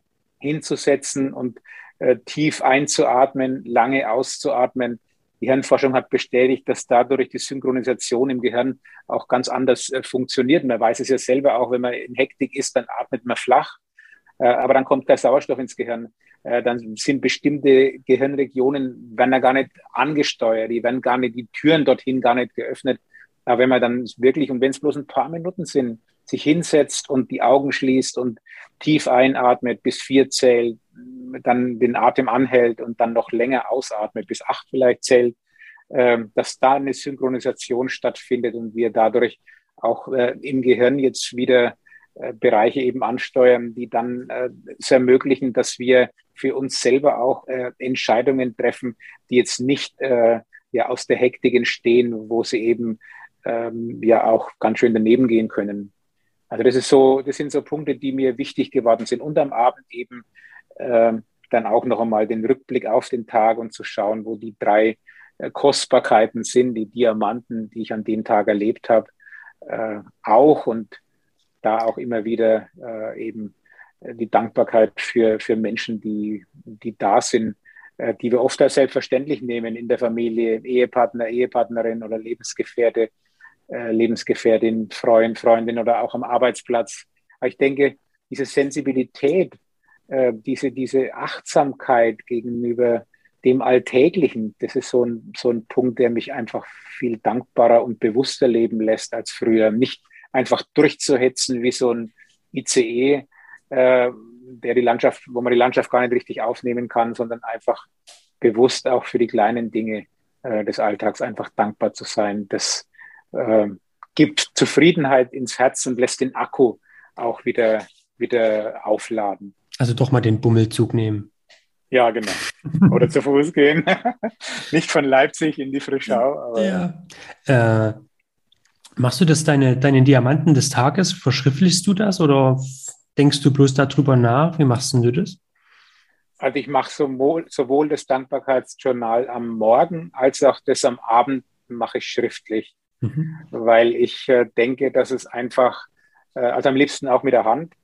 hinzusetzen und äh, tief einzuatmen, lange auszuatmen. Die Hirnforschung hat bestätigt, dass dadurch die Synchronisation im Gehirn auch ganz anders äh, funktioniert. Man weiß es ja selber auch, wenn man in Hektik ist, dann atmet man flach, äh, aber dann kommt der Sauerstoff ins Gehirn. Äh, dann sind bestimmte Gehirnregionen, werden ja gar nicht angesteuert, die werden gar nicht, die Türen dorthin gar nicht geöffnet. Aber wenn man dann wirklich, und wenn es bloß ein paar Minuten sind, sich hinsetzt und die Augen schließt und tief einatmet, bis vier zählt, dann den Atem anhält und dann noch länger ausatmet, bis acht vielleicht zählt, äh, dass da eine Synchronisation stattfindet und wir dadurch auch äh, im Gehirn jetzt wieder äh, Bereiche eben ansteuern, die dann äh, es ermöglichen, dass wir für uns selber auch äh, Entscheidungen treffen, die jetzt nicht äh, ja aus der Hektik entstehen, wo sie eben ähm, ja auch ganz schön daneben gehen können. Also das ist so, das sind so Punkte, die mir wichtig geworden sind. Und am Abend eben äh, dann auch noch einmal den Rückblick auf den Tag und zu schauen, wo die drei äh, Kostbarkeiten sind, die Diamanten, die ich an dem Tag erlebt habe, äh, auch und da auch immer wieder äh, eben die Dankbarkeit für, für Menschen, die, die da sind, äh, die wir oft als selbstverständlich nehmen in der Familie, Ehepartner, Ehepartnerin oder Lebensgefährte. Lebensgefährtin, Freund, Freundin oder auch am Arbeitsplatz. Aber ich denke, diese Sensibilität, äh, diese, diese Achtsamkeit gegenüber dem Alltäglichen, das ist so ein, so ein Punkt, der mich einfach viel dankbarer und bewusster leben lässt als früher. Nicht einfach durchzuhetzen wie so ein I C E, äh, der die Landschaft, wo man die Landschaft gar nicht richtig aufnehmen kann, sondern einfach bewusst auch für die kleinen Dinge äh, des Alltags einfach dankbar zu sein. Das Äh, gibt Zufriedenheit ins Herz und lässt den Akku auch wieder, wieder aufladen. Also doch mal den Bummelzug nehmen. Ja, genau. Oder zu Fuß gehen. Nicht von Leipzig in die Frischau. Aber ja. Äh, machst du das, deine, deine Diamanten des Tages, verschriftlichst du das oder denkst du bloß darüber nach? Wie machst du das? Also ich mache sowohl, sowohl das Dankbarkeitsjournal am Morgen als auch das am Abend mache ich schriftlich. Mhm. Weil ich äh, denke, dass es einfach, äh, also am liebsten auch mit der Hand.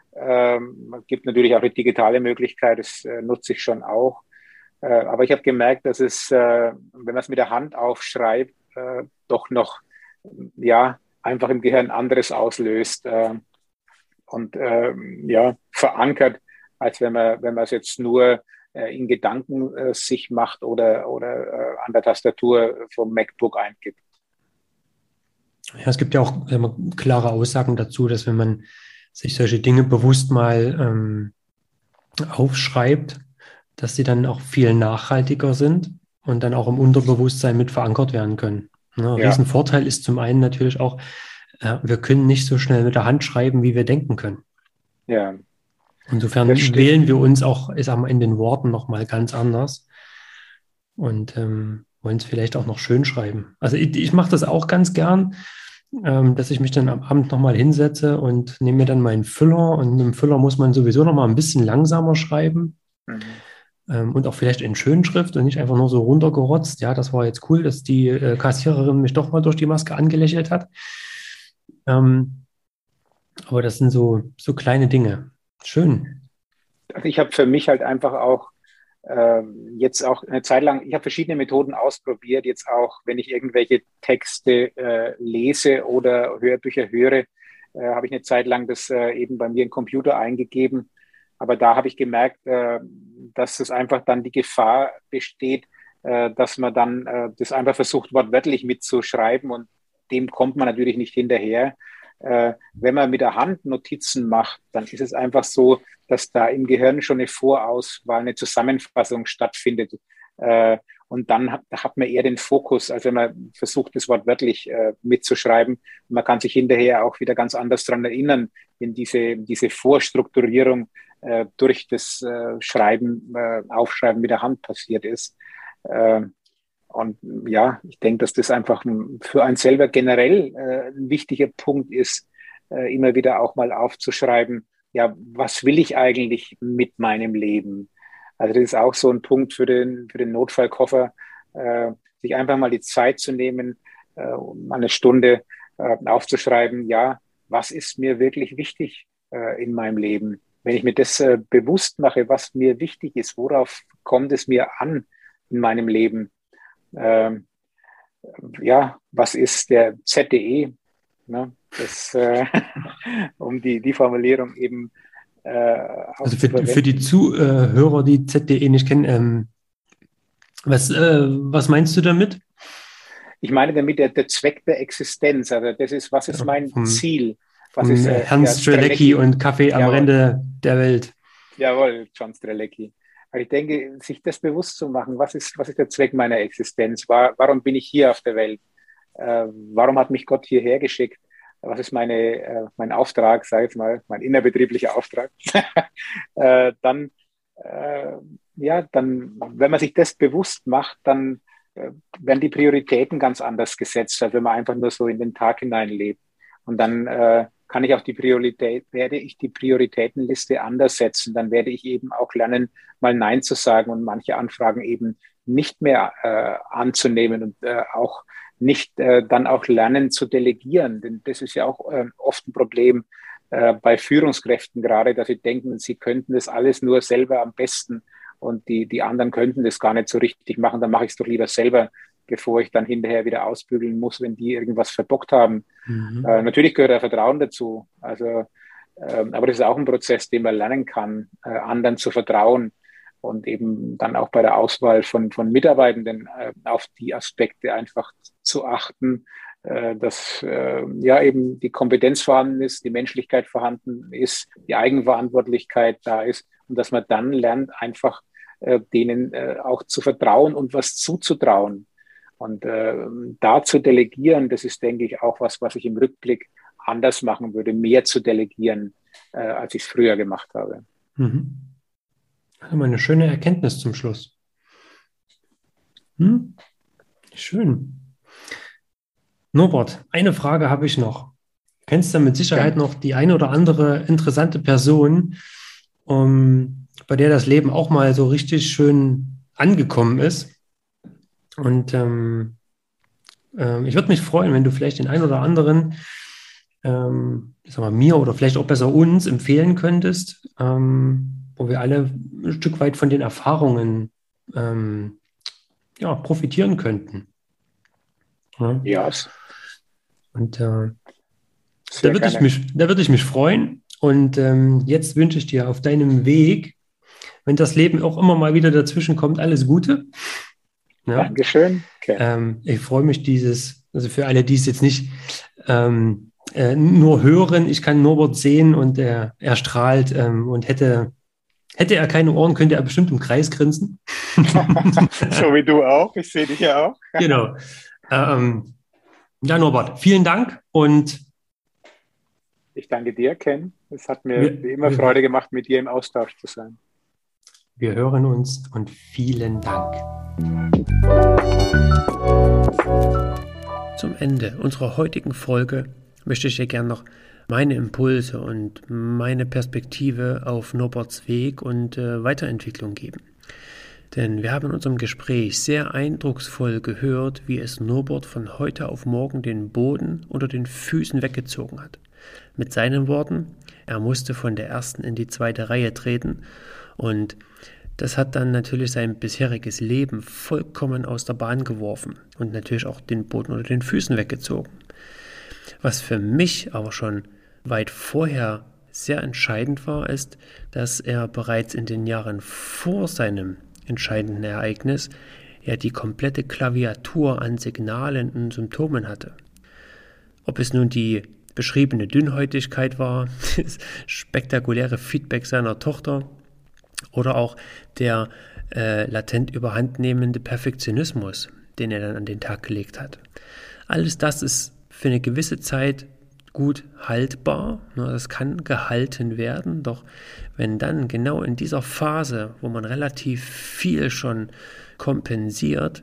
Ähm, es gibt natürlich auch eine digitale Möglichkeit, das äh, nutze ich schon auch. Äh, aber ich habe gemerkt, dass es, äh, wenn man es mit der Hand aufschreibt, äh, doch noch ja einfach im Gehirn anderes auslöst äh, und äh, ja verankert, als wenn man wenn man es jetzt nur äh, in Gedanken äh, sich macht oder oder äh, an der Tastatur vom MacBook eingibt. Ja, es gibt ja auch immer klare Aussagen dazu, dass wenn man sich solche Dinge bewusst mal ähm, aufschreibt, dass sie dann auch viel nachhaltiger sind und dann auch im Unterbewusstsein mit verankert werden können. Ja, ein Ja. Riesenvorteil ist zum einen natürlich auch, Ja, wir können nicht so schnell mit der Hand schreiben, wie wir denken können. Ja, Insofern wählen wir uns auch, ich sag mal, in den Worten nochmal ganz anders und ähm, wollen es vielleicht auch noch schön schreiben. Also ich, ich mache das auch ganz gern, ähm, dass ich mich dann am Abend nochmal hinsetze und nehme mir dann meinen Füller, und mit dem Füller muss man sowieso nochmal ein bisschen langsamer schreiben. Mhm. Ähm, und auch vielleicht in Schönschrift und nicht einfach nur so runtergerotzt. Ja, das war jetzt cool, dass die äh, Kassiererin mich doch mal durch die Maske angelächelt hat. Ähm, aber das sind so, so kleine Dinge. Schön. Also ich habe für mich halt einfach auch äh, jetzt auch eine Zeit lang, ich habe verschiedene Methoden ausprobiert, jetzt auch, wenn ich irgendwelche Texte äh, lese oder Hörbücher höre, äh, habe ich eine Zeit lang das äh, eben bei mir im Computer eingegeben. Aber da habe ich gemerkt, äh, dass es einfach dann die Gefahr besteht, äh, dass man dann äh, das einfach versucht, wortwörtlich mitzuschreiben, und dem kommt man natürlich nicht hinterher. Äh, wenn man mit der Hand Notizen macht, dann ist es einfach so, dass da im Gehirn schon eine Vorauswahl, eine Zusammenfassung stattfindet. Äh, und dann hat, hat man eher den Fokus, als wenn man versucht, das Wort wörtlich äh, mitzuschreiben. Und man kann sich hinterher auch wieder ganz anders daran erinnern, wenn diese, diese Vorstrukturierung äh, durch das äh, Schreiben, äh, Aufschreiben mit der Hand passiert ist. Äh, und ja, ich denke, dass das einfach für einen selber generell äh, ein wichtiger Punkt ist, äh, immer wieder auch mal aufzuschreiben, ja, was will ich eigentlich mit meinem Leben? Also das ist auch so ein Punkt für den, für den Notfallkoffer, äh, sich einfach mal die Zeit zu nehmen, äh, um eine Stunde äh, aufzuschreiben, ja, was ist mir wirklich wichtig äh, in meinem Leben? Wenn ich mir das äh, bewusst mache, was mir wichtig ist, worauf kommt es mir an in meinem Leben? Ähm, ja, was ist der Z D E? Ne? Das, äh, um die, die Formulierung eben äh, auch Also zu für, für die verwenden. Zuhörer, die Z D E nicht kennen, ähm, was, äh, was meinst du damit? Ich meine damit der, der Zweck der Existenz. Also das ist, was ist Ja, mein vom, Ziel? Was vom ist, äh, äh, Herrn ja, Strelecki Strelecki. und Kaffee am Jawohl, Rande der Welt. jawohl, John Strelecki. Aber ich denke, sich das bewusst zu machen, was ist, was ist der Zweck meiner Existenz? War, warum bin ich hier auf der Welt? Äh, warum hat mich Gott hierher geschickt? Was ist meine, äh, mein Auftrag, sage ich mal, mein innerbetrieblicher Auftrag? äh, dann, äh, ja, dann, wenn man sich das bewusst macht, dann äh, werden die Prioritäten ganz anders gesetzt, als wenn man einfach nur so in den Tag hineinlebt. Und dann äh, kann ich auch die Priorität, werde ich die Prioritätenliste anders setzen. Dann werde ich eben auch lernen, mal Nein zu sagen und manche Anfragen eben nicht mehr äh, anzunehmen und äh, auch nicht äh, dann auch lernen zu delegieren. Denn das ist ja auch äh, oft ein Problem äh, bei Führungskräften gerade, dass sie denken, sie könnten das alles nur selber am besten und die, die anderen könnten das gar nicht so richtig machen. Dann mache ich es doch lieber selber, bevor ich dann hinterher wieder ausbügeln muss, wenn die irgendwas verbockt haben. Mhm. Äh, natürlich gehört da Vertrauen dazu. Also, ähm, aber das ist auch ein Prozess, den man lernen kann, äh, anderen zu vertrauen und eben dann auch bei der Auswahl von, von Mitarbeitenden äh, auf die Aspekte einfach zu achten, äh, dass äh, ja eben die Kompetenz vorhanden ist, die Menschlichkeit vorhanden ist, die Eigenverantwortlichkeit da ist und dass man dann lernt, einfach äh, denen äh, auch zu vertrauen und was zuzutrauen. Und äh, da zu delegieren, das ist, denke ich, auch was, was ich im Rückblick anders machen würde, mehr zu delegieren, äh, als ich es früher gemacht habe. Mhm. Also mal eine schöne Erkenntnis zum Schluss. Hm? Schön. Norbert, eine Frage habe ich noch. Kennst du mit Sicherheit Gern. noch die eine oder andere interessante Person, um, bei der das Leben auch mal so richtig schön angekommen ist? Und ähm, ähm, ich würde mich freuen, wenn du vielleicht den einen oder anderen, ähm, ich sag mal, mir oder vielleicht auch besser uns empfehlen könntest, ähm, wo wir alle ein Stück weit von den Erfahrungen ähm, ja, profitieren könnten. Ja. Ja, Und äh, da sehr würde ich gerne. mich, da würde ich mich freuen. Und ähm, jetzt wünsche ich dir auf deinem Weg, wenn das Leben auch immer mal wieder dazwischen kommt, alles Gute. Ja? Dankeschön. Okay. Ähm, ich freue mich dieses, also für alle, die es jetzt nicht ähm, äh, nur hören, ich kann Norbert sehen und er, er strahlt ähm, und hätte, hätte er keine Ohren, könnte er bestimmt im Kreis grinsen. So wie du auch. Ich sehe dich ja auch. Genau. Ähm, ja, Norbert, vielen Dank und Ich danke dir, Ken. Es hat mir Wir, wie immer wir, Freude gemacht, mit dir im Austausch zu sein. wir hören uns und vielen Dank. Zum Ende unserer heutigen Folge möchte ich dir gerne noch meine Impulse und meine Perspektive auf Norberts Weg und äh, Weiterentwicklung geben. Denn wir haben in unserem Gespräch sehr eindrucksvoll gehört, wie es Norbert von heute auf morgen den Boden unter den Füßen weggezogen hat. Mit seinen Worten, er musste von der ersten in die zweite Reihe treten und das hat dann natürlich sein bisheriges Leben vollkommen aus der Bahn geworfen und natürlich auch den Boden unter den Füßen weggezogen. Was für mich aber schon weit vorher sehr entscheidend war, ist, dass er bereits in den Jahren vor seinem entscheidenden Ereignis ja die komplette Klaviatur an Signalen und Symptomen hatte. Ob es nun die beschriebene Dünnhäutigkeit war, das spektakuläre Feedback seiner Tochter oder auch der äh, latent überhandnehmende Perfektionismus, den er dann an den Tag gelegt hat. Alles das ist für eine gewisse Zeit gut haltbar, das kann gehalten werden, doch wenn dann genau in dieser Phase, wo man relativ viel schon kompensiert,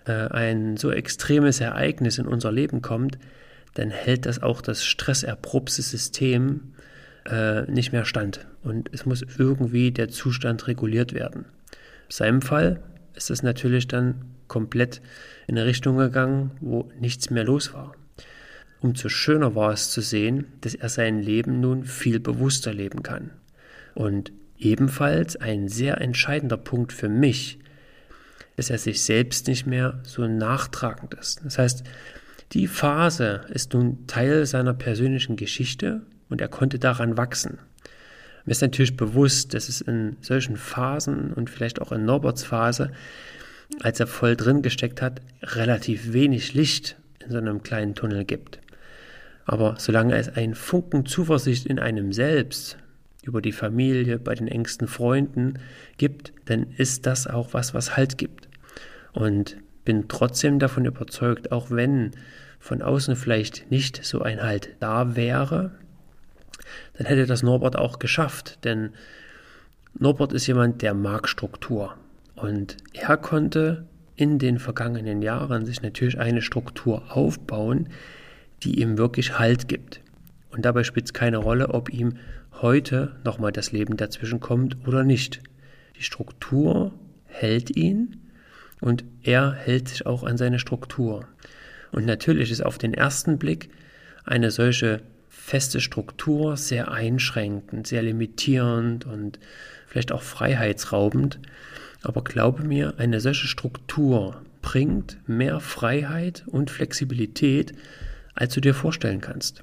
ein so extremes Ereignis in unser Leben kommt, dann hält das auch das stresserprobte System nicht mehr stand und es muss irgendwie der Zustand reguliert werden. In seinem Fall ist es natürlich dann komplett in eine Richtung gegangen, wo nichts mehr los war. Umso schöner war es zu sehen, dass er sein Leben nun viel bewusster leben kann. Und ebenfalls ein sehr entscheidender Punkt für mich, dass er sich selbst nicht mehr so nachtragend ist. Das heißt, die Phase ist nun Teil seiner persönlichen Geschichte und er konnte daran wachsen. Mir ist natürlich bewusst, dass es in solchen Phasen und vielleicht auch in Norberts Phase, als er voll drin gesteckt hat, relativ wenig Licht in so einem kleinen Tunnel gibt. Aber solange es einen Funken Zuversicht in einem selbst, über die Familie, bei den engsten Freunden gibt, dann ist das auch was, was Halt gibt. Und bin trotzdem davon überzeugt, auch wenn von außen vielleicht nicht so ein Halt da wäre, dann hätte das Norbert auch geschafft. Denn Norbert ist jemand, der mag Struktur. Und er konnte in den vergangenen Jahren sich natürlich eine Struktur aufbauen, die ihm wirklich Halt gibt. Und dabei spielt es keine Rolle, ob ihm heute nochmal das Leben dazwischen kommt oder nicht. Die Struktur hält ihn und er hält sich auch an seine Struktur. Und natürlich ist auf den ersten Blick eine solche feste Struktur sehr einschränkend, sehr limitierend und vielleicht auch freiheitsraubend. Aber glaube mir, eine solche Struktur bringt mehr Freiheit und Flexibilität, als du dir vorstellen kannst.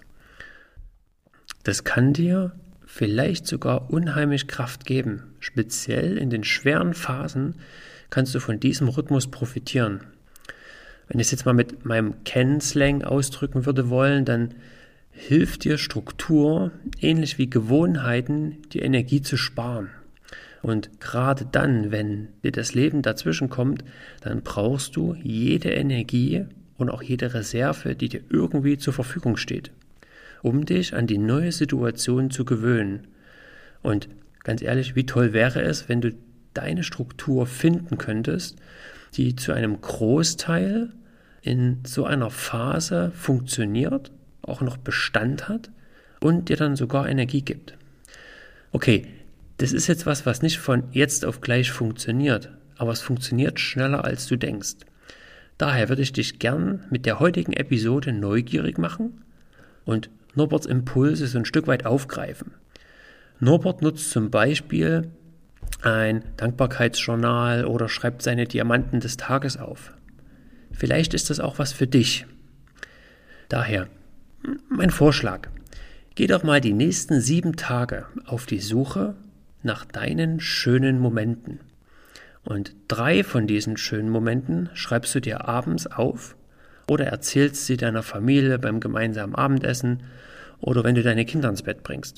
Das kann dir vielleicht sogar unheimlich Kraft geben. Speziell in den schweren Phasen kannst du von diesem Rhythmus profitieren. Wenn ich es jetzt mal mit meinem Ken-Slang ausdrücken würde wollen, dann hilft dir Struktur, ähnlich wie Gewohnheiten, die Energie zu sparen. Und gerade dann, wenn dir das Leben dazwischen kommt, dann brauchst du jede Energie und auch jede Reserve, die dir irgendwie zur Verfügung steht, um dich an die neue Situation zu gewöhnen. Und ganz ehrlich, wie toll wäre es, wenn du deine Struktur finden könntest, die zu einem Großteil in so einer Phase funktioniert, auch noch Bestand hat und dir dann sogar Energie gibt. Okay, das ist jetzt was, was nicht von jetzt auf gleich funktioniert, aber es funktioniert schneller, als du denkst. Daher würde ich dich gern mit der heutigen Episode neugierig machen und Norberts Impulse so ein Stück weit aufgreifen. Norbert nutzt zum Beispiel ein Dankbarkeitsjournal oder schreibt seine Diamanten des Tages auf. Vielleicht ist das auch was für dich. Daher, mein Vorschlag, geh doch mal die nächsten sieben Tage auf die Suche nach deinen schönen Momenten. Und drei von diesen schönen Momenten schreibst du dir abends auf oder erzählst sie deiner Familie beim gemeinsamen Abendessen oder wenn du deine Kinder ins Bett bringst.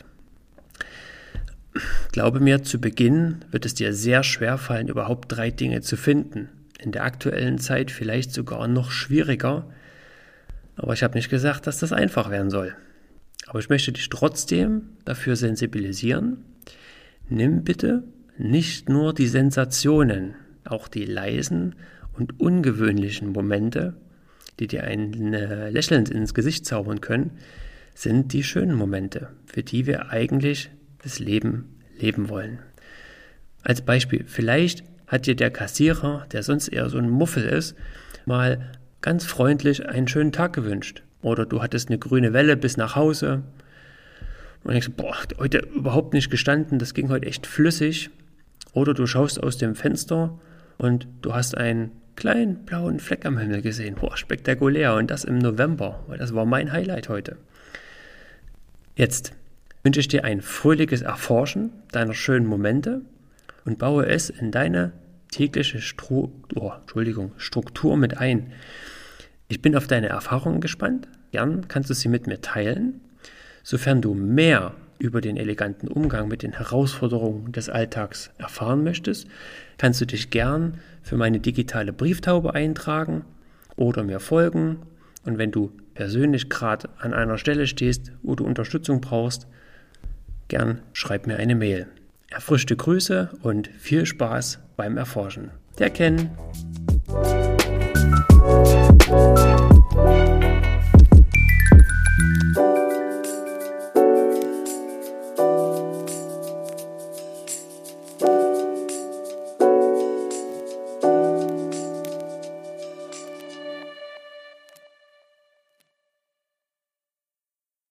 Glaube mir, zu Beginn wird es dir sehr schwer fallen, überhaupt drei Dinge zu finden. In der aktuellen Zeit vielleicht sogar noch schwieriger. Aber ich habe nicht gesagt, dass das einfach werden soll. Aber ich möchte dich trotzdem dafür sensibilisieren. Nimm bitte nicht nur die Sensationen, auch die leisen und ungewöhnlichen Momente, die dir ein Lächeln ins Gesicht zaubern können, sind die schönen Momente, für die wir eigentlich das Leben leben wollen. Als Beispiel, vielleicht hat dir der Kassierer, der sonst eher so ein Muffel ist, mal ganz freundlich einen schönen Tag gewünscht. Oder du hattest eine grüne Welle bis nach Hause und denkst, boah, heute überhaupt nicht gestanden, das ging heute echt flüssig. Oder du schaust aus dem Fenster und du hast einen kleinen blauen Fleck am Himmel gesehen. Boah, spektakulär. Und das im November, weil das war mein Highlight heute. Jetzt wünsche ich dir ein fröhliches Erforschen deiner schönen Momente und baue es in deine tägliche Stru- oh, Entschuldigung, Struktur mit ein. Ich bin auf deine Erfahrungen gespannt. Gern kannst du sie mit mir teilen. Sofern du mehr über den eleganten Umgang mit den Herausforderungen des Alltags erfahren möchtest, kannst du dich gern für meine digitale Brieftaube eintragen oder mir folgen. Und wenn du persönlich gerade an einer Stelle stehst, wo du Unterstützung brauchst, gern schreib mir eine Mail. Erfrischte Grüße und viel Spaß beim Erforschen. Der Ken.